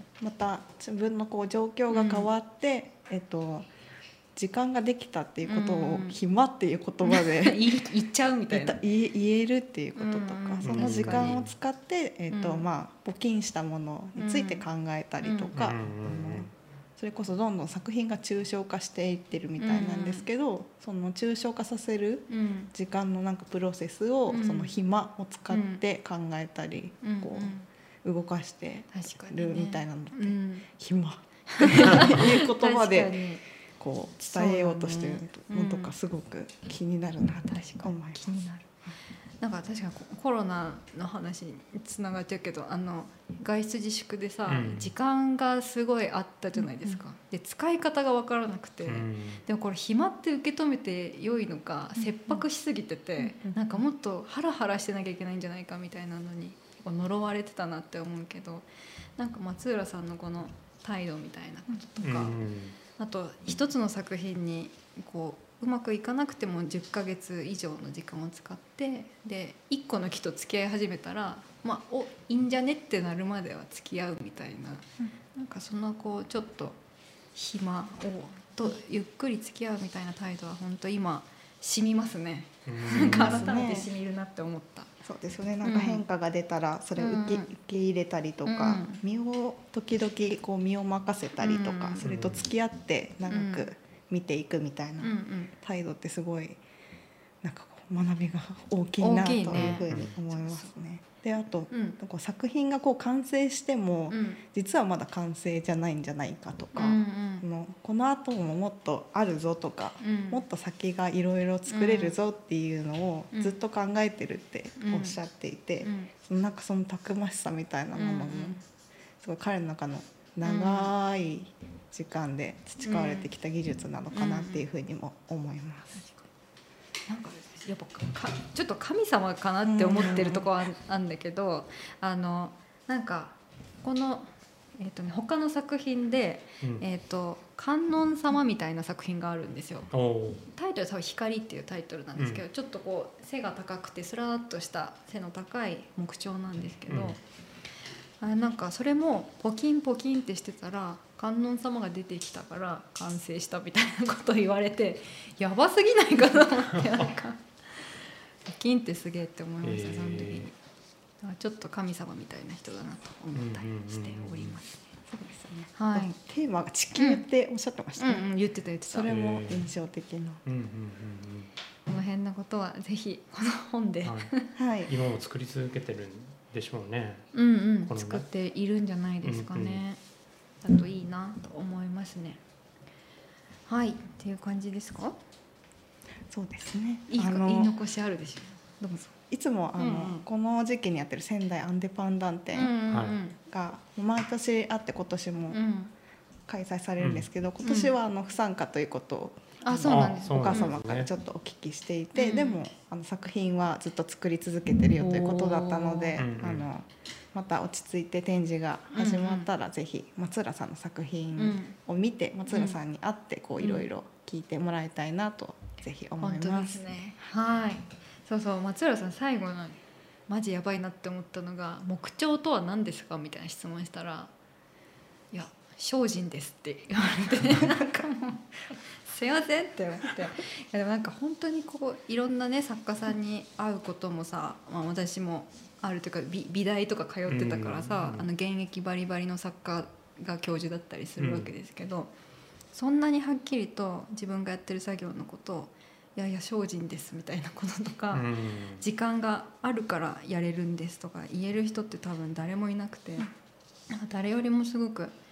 また自分のこう状況が変わって、うん、えっと時間ができたっていうことを暇っていう言葉で言っちゃうみたいな言えるっていうこととか、その時間を使って、えーとまあ、募金したものについて考えたりとか、それこそどんどん作品が抽象化していってるみたいなんですけど、その抽象化させる時間のなんかプロセスをその暇を使って考えたりこう動かしてるみたいなのって暇っていう言葉でこう伝えようとしてるのとかすごく気になるなと思います。 気になる。なんか確かにコロナの話につながっちゃうけど、あの外出自粛でさ、うん、時間がすごいあったじゃないですか、うん、で使い方が分からなくて、うん、でもこれ暇って受け止めて良いのか、切迫しすぎてて、うん、なんかもっとハラハラしてなきゃいけないんじゃないかみたいなのに呪われてたなって思うけど、なんか松浦さんのこの態度みたいなこととか、うん、あと一つの作品にこううまくいかなくてもじゅっかげつ以上の時間を使ってでいっこの木と付き合い始めたら、まあ、おいいんじゃねってなるまでは付き合うみたいな、うん、なんかそのこうちょっと暇をとゆっくり付き合うみたいな態度は本当今染みますね。なんか改めて染みるなって思った。 そうですよね。なんか変化が出たらそれを受け、うん、受け入れたりとか、うん、身を時々こう身を任せたりとか、うん、それと付き合って長く見ていくみたいな態度ってすごいなんかこう学びが大きいなというふうに思いますね。であと、うん、こう作品がこう完成しても、うん、実はまだ完成じゃないんじゃないかとか、うんうん、のこの後ももっとあるぞとか、うん、もっと先がいろいろ作れるぞっていうのをずっと考えてるっておっしゃっていて、うんうん、そのなんかそのたくましさみたいなものもすごい彼の中の長い時間で培われてきた技術なのかなっていうふうにも思います。 なんかやっぱかちょっと神様かなって思ってるところはあるんだけど、あのなんかこの、えーとね、他の作品で、うんえーと、観音様みたいな作品があるんですよ。タイトルは多分光っていうタイトルなんですけど、うん、ちょっとこう背が高くてスラーっとした背の高い木彫なんですけど、うん、あなんかそれもポキンポキンってしてたら観音様が出てきたから完成したみたいなことを言われてやばすぎないかと思ってなんかポキンってすげえって思いました、えー、その時に。ちょっと神様みたいな人だなと思ったりしております、ねうんうんうん、そうですね、はい、テーマが地球っておっしゃってましたね、 うんうん、言ってた言ってた。 それも印象的な、えーうんうんうん、 この辺のことはぜひこの本で、 はいはい、今も作り続けてるんでしょうね。 うんうん、作っているんじゃないですかね、うんうん、だといいなと思いますね。はいっていう感じですか。 そうですね。 いいか言い残しあるでしょう。どうぞ。 いつもあの、うんうん、この時期にやってる仙台アンデパンダン展が毎年あって今年も開催されるんですけど、うん、今年はあの不参加ということを、 うん、あそうなんです。 お母様からちょっとお聞きしていて、うん、でもあの作品はずっと作り続けてるよということだったので、うん、あのまた落ち着いて展示が始まったら、うん、ぜひ松浦さんの作品を見て、うん、松浦さんに会ってこういろいろ聞いてもらいたいなとぜひ思います。 本当ですね。はい。そうそう松浦さん最後のマジやばいなって思ったのが木彫とは何ですかみたいな質問したらいや精進ですって言われてなんかもうすいませんって思っていやでもなんか本当にこういろんなね作家さんに会うこともさ、まあ、私もあるというか 美, 美大とか通ってたからさ、あの現役バリバリの作家が教授だったりするわけですけど、うん、そんなにはっきりと自分がやってる作業のことをいやいや精進ですみたいなこととか、うん、時間があるからやれるんですとか言える人って多分誰もいなくて、誰よりもすごくあの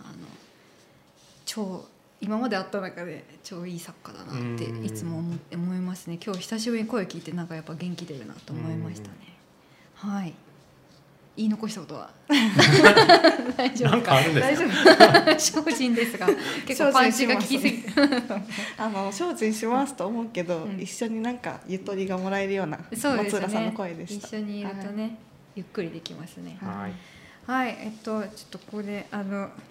超今まで会った中で超いい作家だなっていつも 思, 思いますね。今日久しぶりに声聞いてなんかやっぱ元気出るなと思いましたね。はい。言い残したことは大丈夫か。 なんかあるんですか。 精進ですが結構パンチが効きすぎてあの精進しますと思うけど、うん、一緒になんかゆとりがもらえるような松浦さんの声でした。 一緒にいるとね、はい、ゆっくりできますね。 はい、 はい、えっとちょっとここであの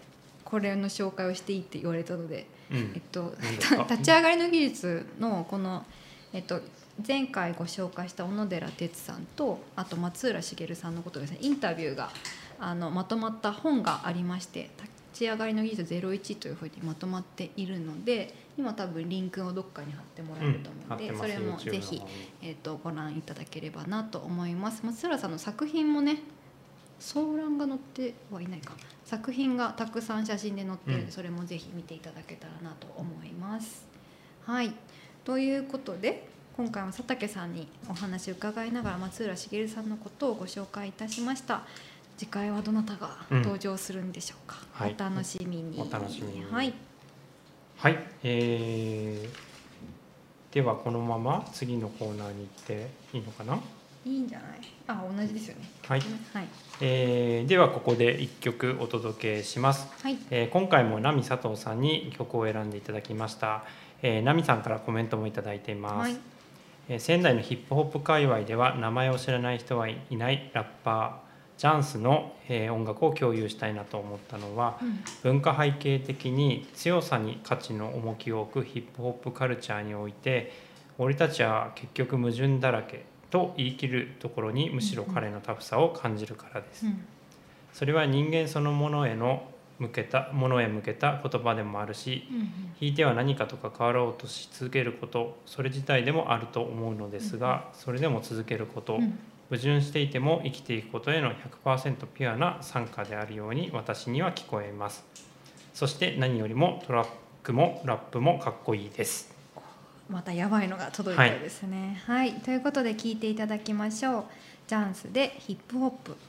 これの紹介をしていいって言われたので、 うん、 えっと、立ち上がりの技術のこの、えっと、前回ご紹介した小野寺哲さんとあと松浦茂さんのことですね、インタビューがあのまとまった本がありまして、立ち上がりの技術ゼロイチというふうにまとまっているので、今多分リンクをどっかに貼ってもらえると思うので、うん、それもぜひ、えー、とご覧いただければなと思います。松浦さんの作品もね、総覧が載ってはいないか、作品がたくさん写真で載っているので、うん、それもぜひ見ていただけたらなと思います。はい、ということで今回は佐竹さんにお話を伺いながら松浦茂さんのことをご紹介いたしました。次回はどなたが登場するんでしょうか、うん、はい、お楽しみに。 お楽しみに。 はい、 はい、えー、ではこのまま次のコーナーに行っていいのかな。 いいんじゃない。あ、同じですよね。 はい、はい、えー、ではここでいっきょくお届けします。はい、えー、今回も奈美佐藤さんに曲を選んでいただきました。えー、奈美さんからコメントもいただいています。はい、えー、仙台のヒップホップ界隈では名前を知らない人はいないラッパージャンスの、えー、音楽を共有したいなと思ったのは、うん、文化背景的に強さに価値の重きを置くヒップホップカルチャーにおいて、俺たちは結局矛盾だらけと言い切るところにむしろ彼のタフさを感じるからです。うん、それは人間そのものへの向けたものへ向けた言葉でもあるし、うん、ひいては何かと関わろうとし続けること、それ自体でもあると思うのですが、それでも続けること、うん、矛盾していても生きていくことへの ひゃくパーセント ピュアな参加であるように私には聞こえます。そして何よりもトラックもラップもかっこいいです。 またやばいのが届いたですね。はい、はい、ということで聞いていただきましょう。ジャンスでヒップホップ。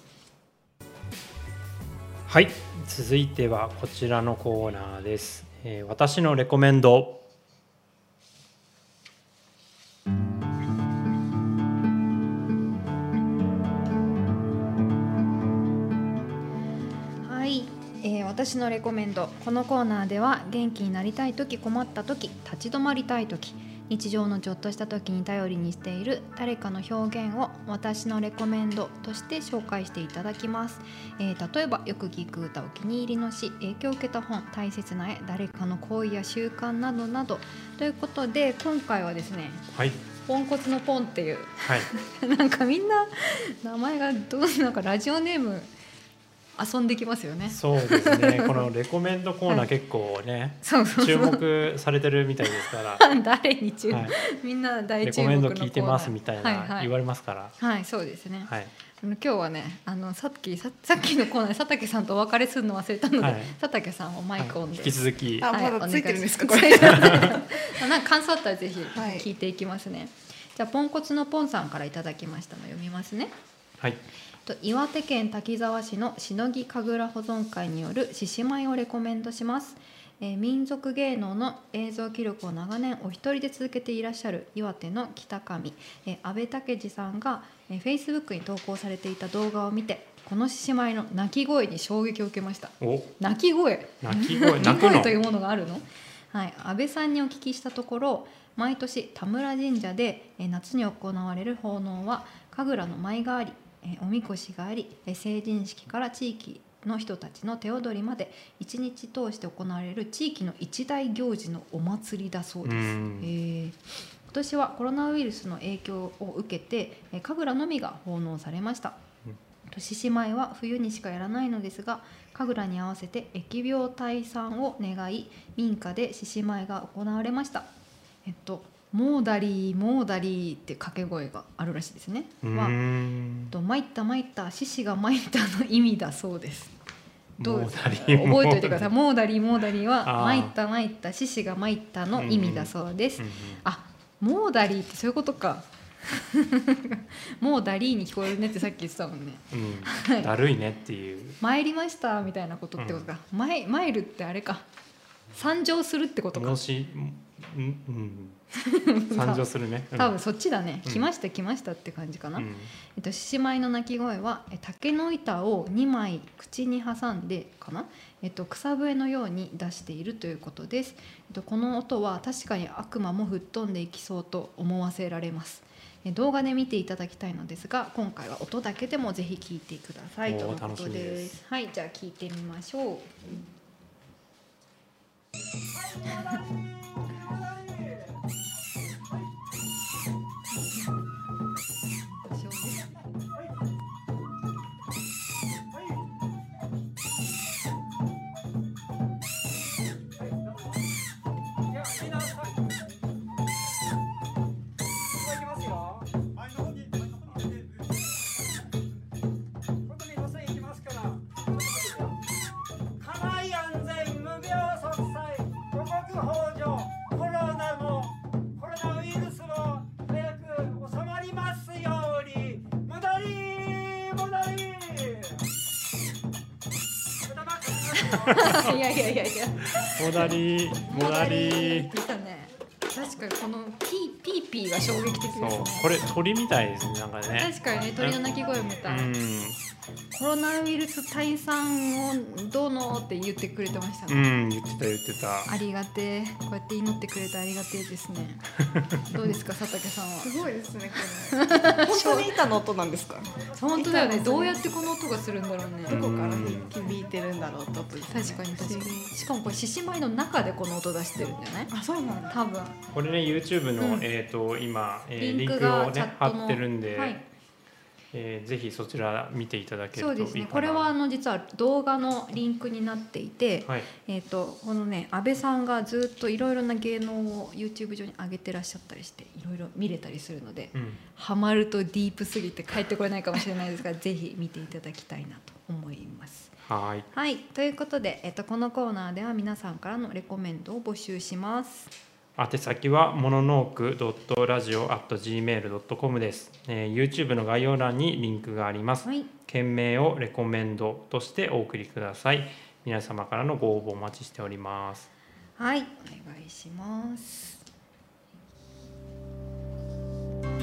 はい、続いてはこちらのコーナーです。えー、私のレコメンド。 私のレコメンド。このコーナーでは元気になりたい時、困った時、立ち止まりたい時、日常のちょっとした時に頼りにしている誰かの表現を私のレコメンドとして紹介していただきます。えー、例えばよく聞く歌、お気に入りの詩、影響を受けた本、大切な絵、誰かの行為や習慣などなどということで、今回はですね、はい、ポンコツのポンっていう、はい、なんかみんな名前がどうなんかラジオネーム遊んできますよね。 そうですね。このレコメンドコーナー結構ね、はい、そうそうそう注目されてるみたいですから誰に注目、はい、みんな大注目のコーナー、レコメンド聞いてますみたいな言われますから。 はいはい、はい、そうですね。はい、今日はね、あのさっき さ, さっきのコーナーで佐竹さんとお別れするの忘れたので、はい、佐竹さんをマイクオンで、 はい、引き続き、 あ、まだついてるんですかこれなんか感想あったらぜひ聞いていきますね。はい、じゃあポンコツのポンさんからいただきましたの読みますね。はい、岩手県滝沢市のしのぎ神楽保存会による獅子舞をレコメンドします。えー、民族芸能の映像記録を長年お一人で続けていらっしゃる岩手の北上、えー、安倍武二さんが、えー、Facebook に投稿されていた動画を見て、この獅子舞の鳴き声に衝撃を受けました。お、鳴き声鳴き声鳴き声というものがあるの？はい、安倍さんにお聞きしたところ、毎年田村神社で、えー、夏に行われる奉納は神楽の舞があり、おみこしがあり、成人式から地域の人たちの手踊りまで一日通して行われる地域の一大行事のお祭りだそうです。えー、今年はコロナウイルスの影響を受けて神楽のみが奉納されました。獅子舞は冬にしかやらないのですが、神楽に合わせて疫病退散を願い、民家で獅子舞が行われました。えっとモーダリーモーダリーって掛け声があるらしいですね。まあ、と参った参った獅子が参ったの意味だそうです。どうですか？覚えておいてください。モーダリーモーダリーは参った参った獅子が参ったの意味だそうです。あ、モーダリーってそういうことか。モーダリーに聞こえるねってさっき言ってたもんね。 うん、だるいねっていう。 参りましたみたいなことってことか。うん、参, 参るってあれか。参上するってことか。 もし、うんうん参上するね、 うん、多分そっちだね、うん、来ました来ましたって感じかな。うん、えっと獅子舞の鳴き声は竹の板をにまい口に挟んでかな、えっと、草笛のように出しているということです。えっと、この音は確かに悪魔も吹っ飛んでいきそうと思わせられます。動画で見ていただきたいのですが、今回は音だけでもぜひ聞いてくださいとのことです。はい、じゃあ聞いてみましょう。 いやいやいやいや。 モダリモダリ。 出たね。確かにこのピーピーピーが衝撃的ですね。 そう、これ鳥みたいですね、なんかね。 確かにね、鳥の鳴き声みたい。 うん。 コロナウイルス退散をどうのって言ってくれてましたね。 うん、言ってた言ってた。 ありがてえ、こうやって祈ってくれてありがてえですね。どうですか、佐竹さんは。 すごいですね、これ。本当に板の音なんですか。 本当だよね。どうやってこの音がするんだろうね。 どこから響いてるんだろうと。確かに確かに。しかもこれ獅子舞の中でこの音出してるんじゃない？ あ、そうなんだ。 多分。 これね、YouTube の、うん、えっ、ー、と今、えー、リンクをね貼ってるんで。はい、えー、ぜひそちら見ていただけるといいかな。 そうですね。これはあの実は動画のリンクになっていて、 はい、 えっ、ー、とこのね安倍さんがずっといろいろな芸能を YouTube 上に上げてらっしゃったりしていろいろ見れたりするので、うん、ハマるとディープすぎて帰ってこれないかもしれないですがぜひ見ていただきたいなと思います。 はい。 はい。ということで、えっ、ー、とこのコーナーでは皆さんからのレコメンドを募集します。 宛先はモノノークドットラジオアットジーメールドットコムです、えー、YouTube の概要欄にリンクがあります、はい、件名をレコメンドとしてお送りください。皆様からのご応募お待ちしております。 はい、お願いします。じゅうね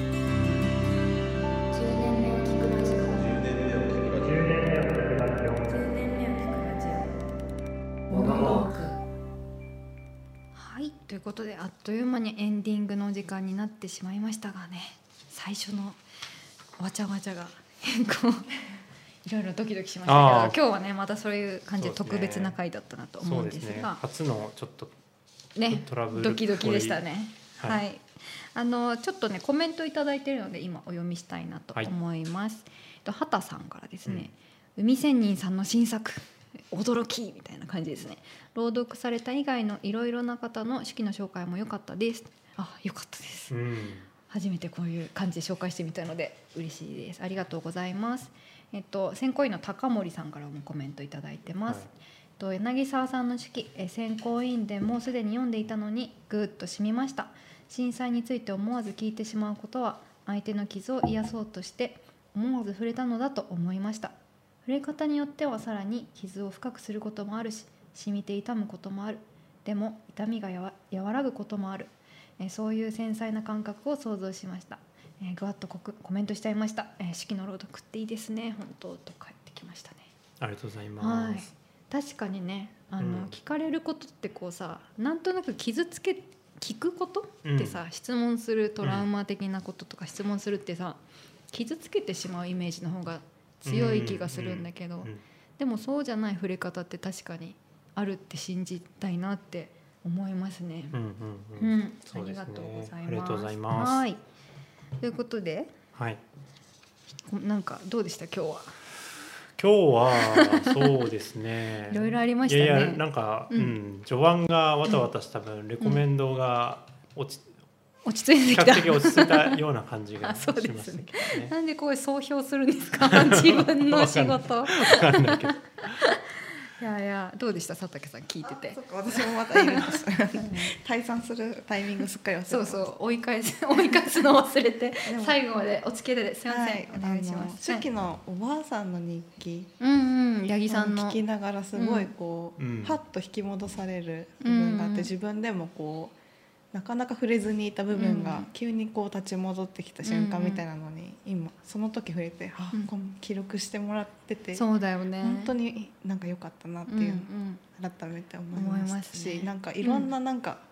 んめを聞くラジオ、じゅうねんめを聞くラジオ、じゅうねんめを聞くラジオ、じゅうねんめを聞くラジオ、モノノーク。はい、ということであっという間にエンディングの時間になってしまいましたがね、最初のわちゃわちゃが変更いろいろドキドキしましたけど、今日はねまたそういう感じで特別な回だったなと思うんですが、 そうですね、初のちょっとねトラブルドキドキでしたね。はい、 はい、 あのちょっとねコメントいただいているので今お読みしたいなと思います。はい、畑さんからですね、うん、海仙人さんの新作驚きみたいな感じですね。朗読された以外のいろいろな方の手記の紹介も良かったです。あ、良かったです、うん、初めてこういう感じで紹介してみたので嬉しいです。ありがとうございます。えっと選考委員の高森さんからもコメントいただいてます。はい、と柳沢さんの手記、え選考委員でもうすでに読んでいたのにグッと染みました。震災について思わず聞いてしまうことは相手の傷を癒そうとして思わず触れたのだと思いました。触れ方によってはさらに傷を深くすることもあるし、染みて痛むこともある。でも痛みがやわ和らぐこともある。えそういう繊細な感覚を想像しました。えー、ぐわっとコメントしちゃいました。えー、手記の朗読っていいですね本当と返ってきましたね。 ありがとうございます。 はい、確かにね、あの、うん、聞かれることってこうさ、なんとなく傷つけ聞くことってさ、うん、質問するトラウマ的なこととか質問するってさ、傷つけてしまうイメージの方が強い気がするんだけど、うんうんうん、でもそうじゃない触れ方って確かにあるって信じたいなって思いますね。うんうんうんうん、ありがとうございます。 ありがとうございます。 はい、ということで、 はい、 なんかどうでした今日は。 今日はそうですねいろいろありましたね。 いやいやなんか、うんうん、序盤がわたわたした分、うん、レコメンドが落ち、 うん、落ち着いてきた。 比較的落ち着いたような感じがしますね。そうですね。 なんでこう総評するんですか自分の仕事。わかんないけど。いやいやどうでした佐竹さん聞いてて。 そっか私もまたいるんです退散するタイミングすっかり忘れてそうそう追い返す追い返すの忘れて最後までお付き合いですいません、はい、お願いします。 初期のおばあさんの日記、 うんうん、八木さんの聞きながらすごいこう、うん、ハッと引き戻される部分があって、うん、自分でもこうなかなか触れずにいた部分が急にこう立ち戻ってきた瞬間みたいなのに、うん、今その時触れて、あ、うん、記録してもらっててそうだよね本当になんか良かったなっていうのを改めて思いますし、うんうん、なんかいろんななんか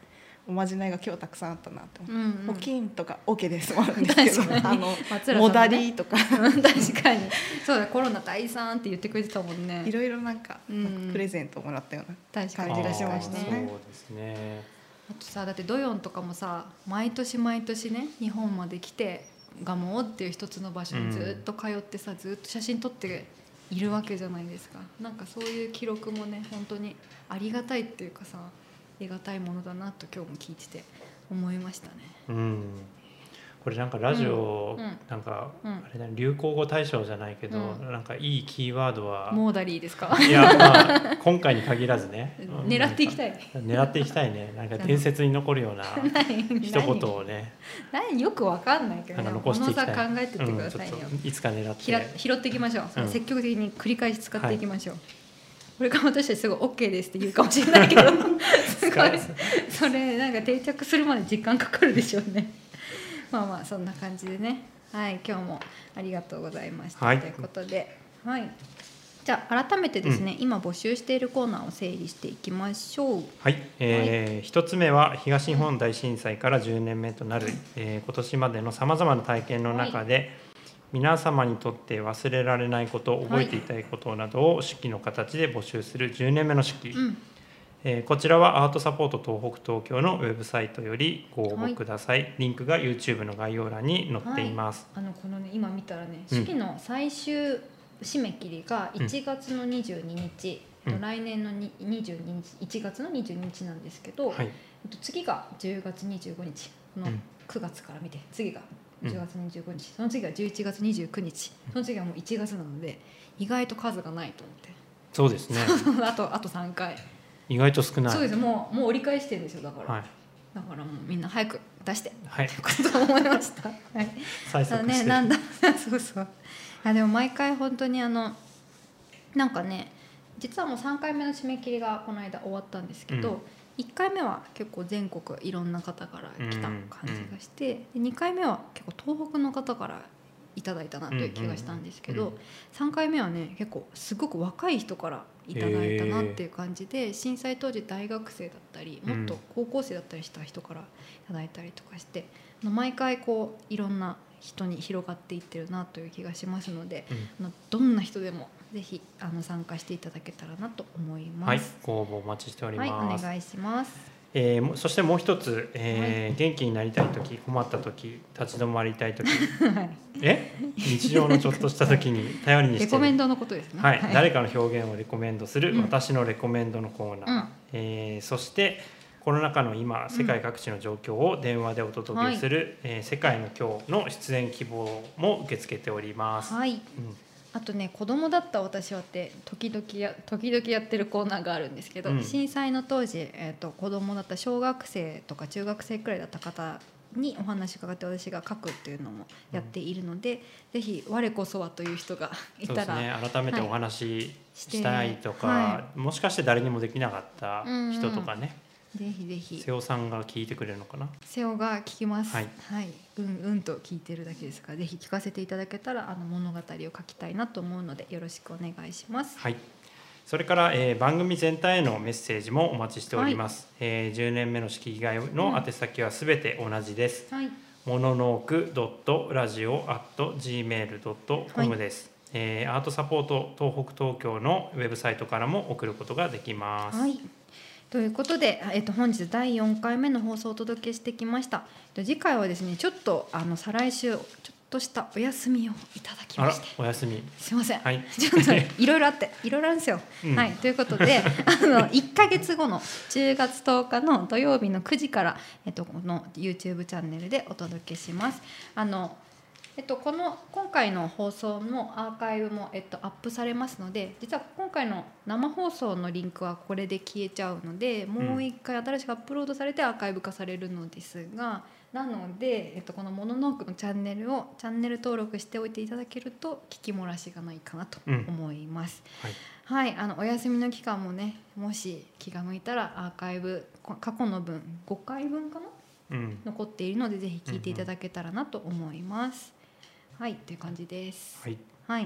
おまじないが今日たくさんあったなって思って、 うんうん、 お金とか OK ですもあるんですけど、あのね、 もだりとか確かにそうだ、コロナ大惨って言ってくれてたもんね。 いろいろなんか、 うん、 なんかプレゼントをもらったような感じがしましたね。 そうですね。 あとさ、だってドヨンとかもさ、毎年毎年ね日本まで来て蒲生っていう一つの場所にずっと通ってさ、うん、ずっと写真撮っているわけじゃないですか。なんかそういう記録もね本当にありがたいっていうかさ、得難いものだなと今日も聞いてて思いましたね。 うん、これなんかラジオ、うんうん、なんかあれだ、ね、流行語大賞じゃないけど、うん、なんかいいキーワードはモーダリーですか。 いや、まあ、今回に限らずね狙っていきたい狙っていきたいね。なんか伝説に残るような一言をね何よくわかんないけど、ね、 残していきたい。 この差考えてってくださいよ、 うん、いつか狙って拾っていきましょう、うん、積極的に繰り返し使っていきましょう、はい。これから私たちすごい OK ですって言うかもしれないけどすごいそれなんか定着するまで時間かかるでしょうね。まあまあそんな感じでね、はい、今日もありがとうございました、はい、ということで、はい、じゃあ改めてですね、うん、今募集しているコーナーを整理していきましょう。 はい、えーはい、ひとつめは東日本大震災からじゅうねんめとなる、えー、今年までのさまざまな体験の中で、はい、皆様にとって忘れられないこと、覚えていたいことなどを手記の形で募集するじゅうねんめの手記、うん、えー、こちらはアートサポート東北東京のウェブサイトよりご応募ください、はい、リンクが YouTube の概要欄に載っています、 はい、あのこのね、今見たらね、手記の最終締め切りがいちがつのにじゅうににち、うん、来年のにじゅうににち、いちがつのにじゅうににちなんですけど、はい、次がじゅうがつにじゅうごにち、このくがつから見て、次がじゅうがつにじゅうごにち、その次はじゅういちがつにじゅうくにち、その次はもういちがつなので意外と数がないと思って。 そうですねあとあとさんかい、 意外と少ない。 そうです、もうもう折り返してるんですよ。だから、はい、だからもうみんな早く出して、はい、ということを思いました。はい、 催促してる、 ね、なんだそうそう。あ、でも毎回本当にあのなんかね、実はもうさんかいめの締め切りがこの間終わったんですけど、うん、いっかいめは結構全国いろんな方から来た感じがして、うん、でにかいめは結構東北の方からいただいたなという気がしたんですけど、うんうん、さんかいめはね結構すごく若い人からいただいたなっていう感じで、震災当時大学生だったりもっと高校生だったりした人からいただいたりとかして、うん、毎回こういろんな人に広がっていってるなという気がしますので、うん、どんな人でもぜひあの参加していただけたらなと思います。 はい、ご応募お待ちしております。 はい、お願いします。 えー、そしてもう一つ、えーはい、元気になりたい時、困った時、立ち止まりたい時、はい、え日常のちょっとした時に頼りにしてレコメンドのことですね、 はいはい、誰かの表現をレコメンドする、うん、私のレコメンドのコーナー、うん、えー、そしてコロナ禍の今世界各地の状況を電話でお届けする、うん、えー、世界の今日の出演希望も受け付けております、 はい、 うん、 あとね、子供だった私はって時々や時々やってるコーナーがあるんですけど、うん、震災の当時、えーと、子供だった小学生とか中学生くらいだった方にお話伺って私が書くっていうのもやっているので、うん、ぜひ我こそはという人がいたら、 そうですね、改めてお話ししたいとか、はい、もしかして誰にもできなかった人とかね、 うんうん、ぜひぜひ瀬尾さんが聞いてくれるのかな。 瀬尾が聞きます、はいはい、うんうんと聞いてるだけですから、ぜひ聞かせていただけたらあの物語を書きたいなと思うのでよろしくお願いします。 はい、それから、えー、番組全体へのメッセージもお待ちしております、はい、えー、じゅうねんめの式以外の宛先はすべて同じです、はい、モノノークドットラジオアットジーメールドットコム です、はい、えー、アートサポート東北東京のウェブサイトからも送ることができます。 はい、ということで、えっと、本日だいよんかいめの放送をお届けしてきました。次回はですね、ちょっとあの再来週ちょっとしたお休みをいただきまして、 あらお休みすいません、 はい、 ちょっといろいろあっていろいろあるんですよ、うん、はい、ということであのいっかげつごのじゅうがつとおかの土曜日のくじから、えっと、この YouTube チャンネルでお届けします。あのえっと、この今回の放送のアーカイブも、えっと、アップされますので、実は今回の生放送のリンクはこれで消えちゃうので、もう一回新しくアップロードされてアーカイブ化されるのですが、なので、えっと、このモノノークのチャンネルをチャンネル登録しておいていただけると聞き漏らしがないかなと思います、うん、はい、はい、あのお休みの期間もね、もし気が向いたらアーカイブ過去の分ごかいぶんかな、うん、残っているのでぜひ聞いていただけたらなと思います、うんうん、はい、という感じです。はい、はい、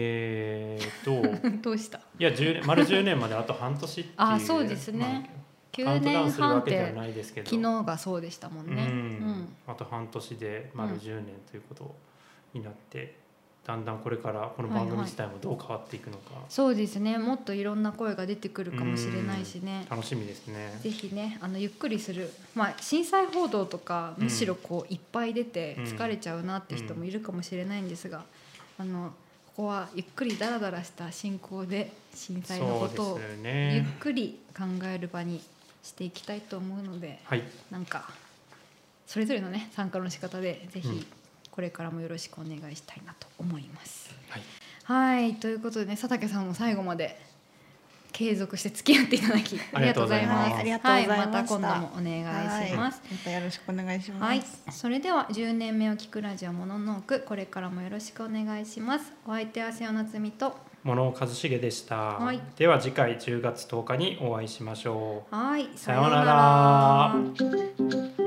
えー、とどうした？ いやじゅうねん丸じゅうねんまであと半年っていうあ、そうですね、 まあ、 きゅうねんはんって昨日がそうでしたもんね。うん、うん、 あと半年で丸じゅうねんということになって、うん、だんだんこれからこの番組自体もどう変わっていくのか、はいはい、 そうですね。もっといろんな声が出てくるかもしれないしね。 楽しみですね。 ぜひね、あのゆっくりする、まあ、震災報道とかむしろこういっぱい出て疲れちゃうなって人もいるかもしれないんですが、あのここはゆっくりダラダラした進行で震災のことをゆっくり考える場にしていきたいと思うので、 はい、 なんかそれぞれのね参加の仕方でぜひこれからもよろしくお願いしたいなと思います。 はい、 はいということでね、佐竹さんも最後まで継続して付き合っていただきありがとうございます。 ありがとうございました。 はい、また今度もお願いします。 またよろしくお願いします。 はい、それではじゅうねんめを聞くラジオモノノーク、これからもよろしくお願いします。お相手は瀬尾夏美と物尾一茂でした。 はい、 では次回じゅうがつとおかにお会いしましょう。 はい、 さようなら。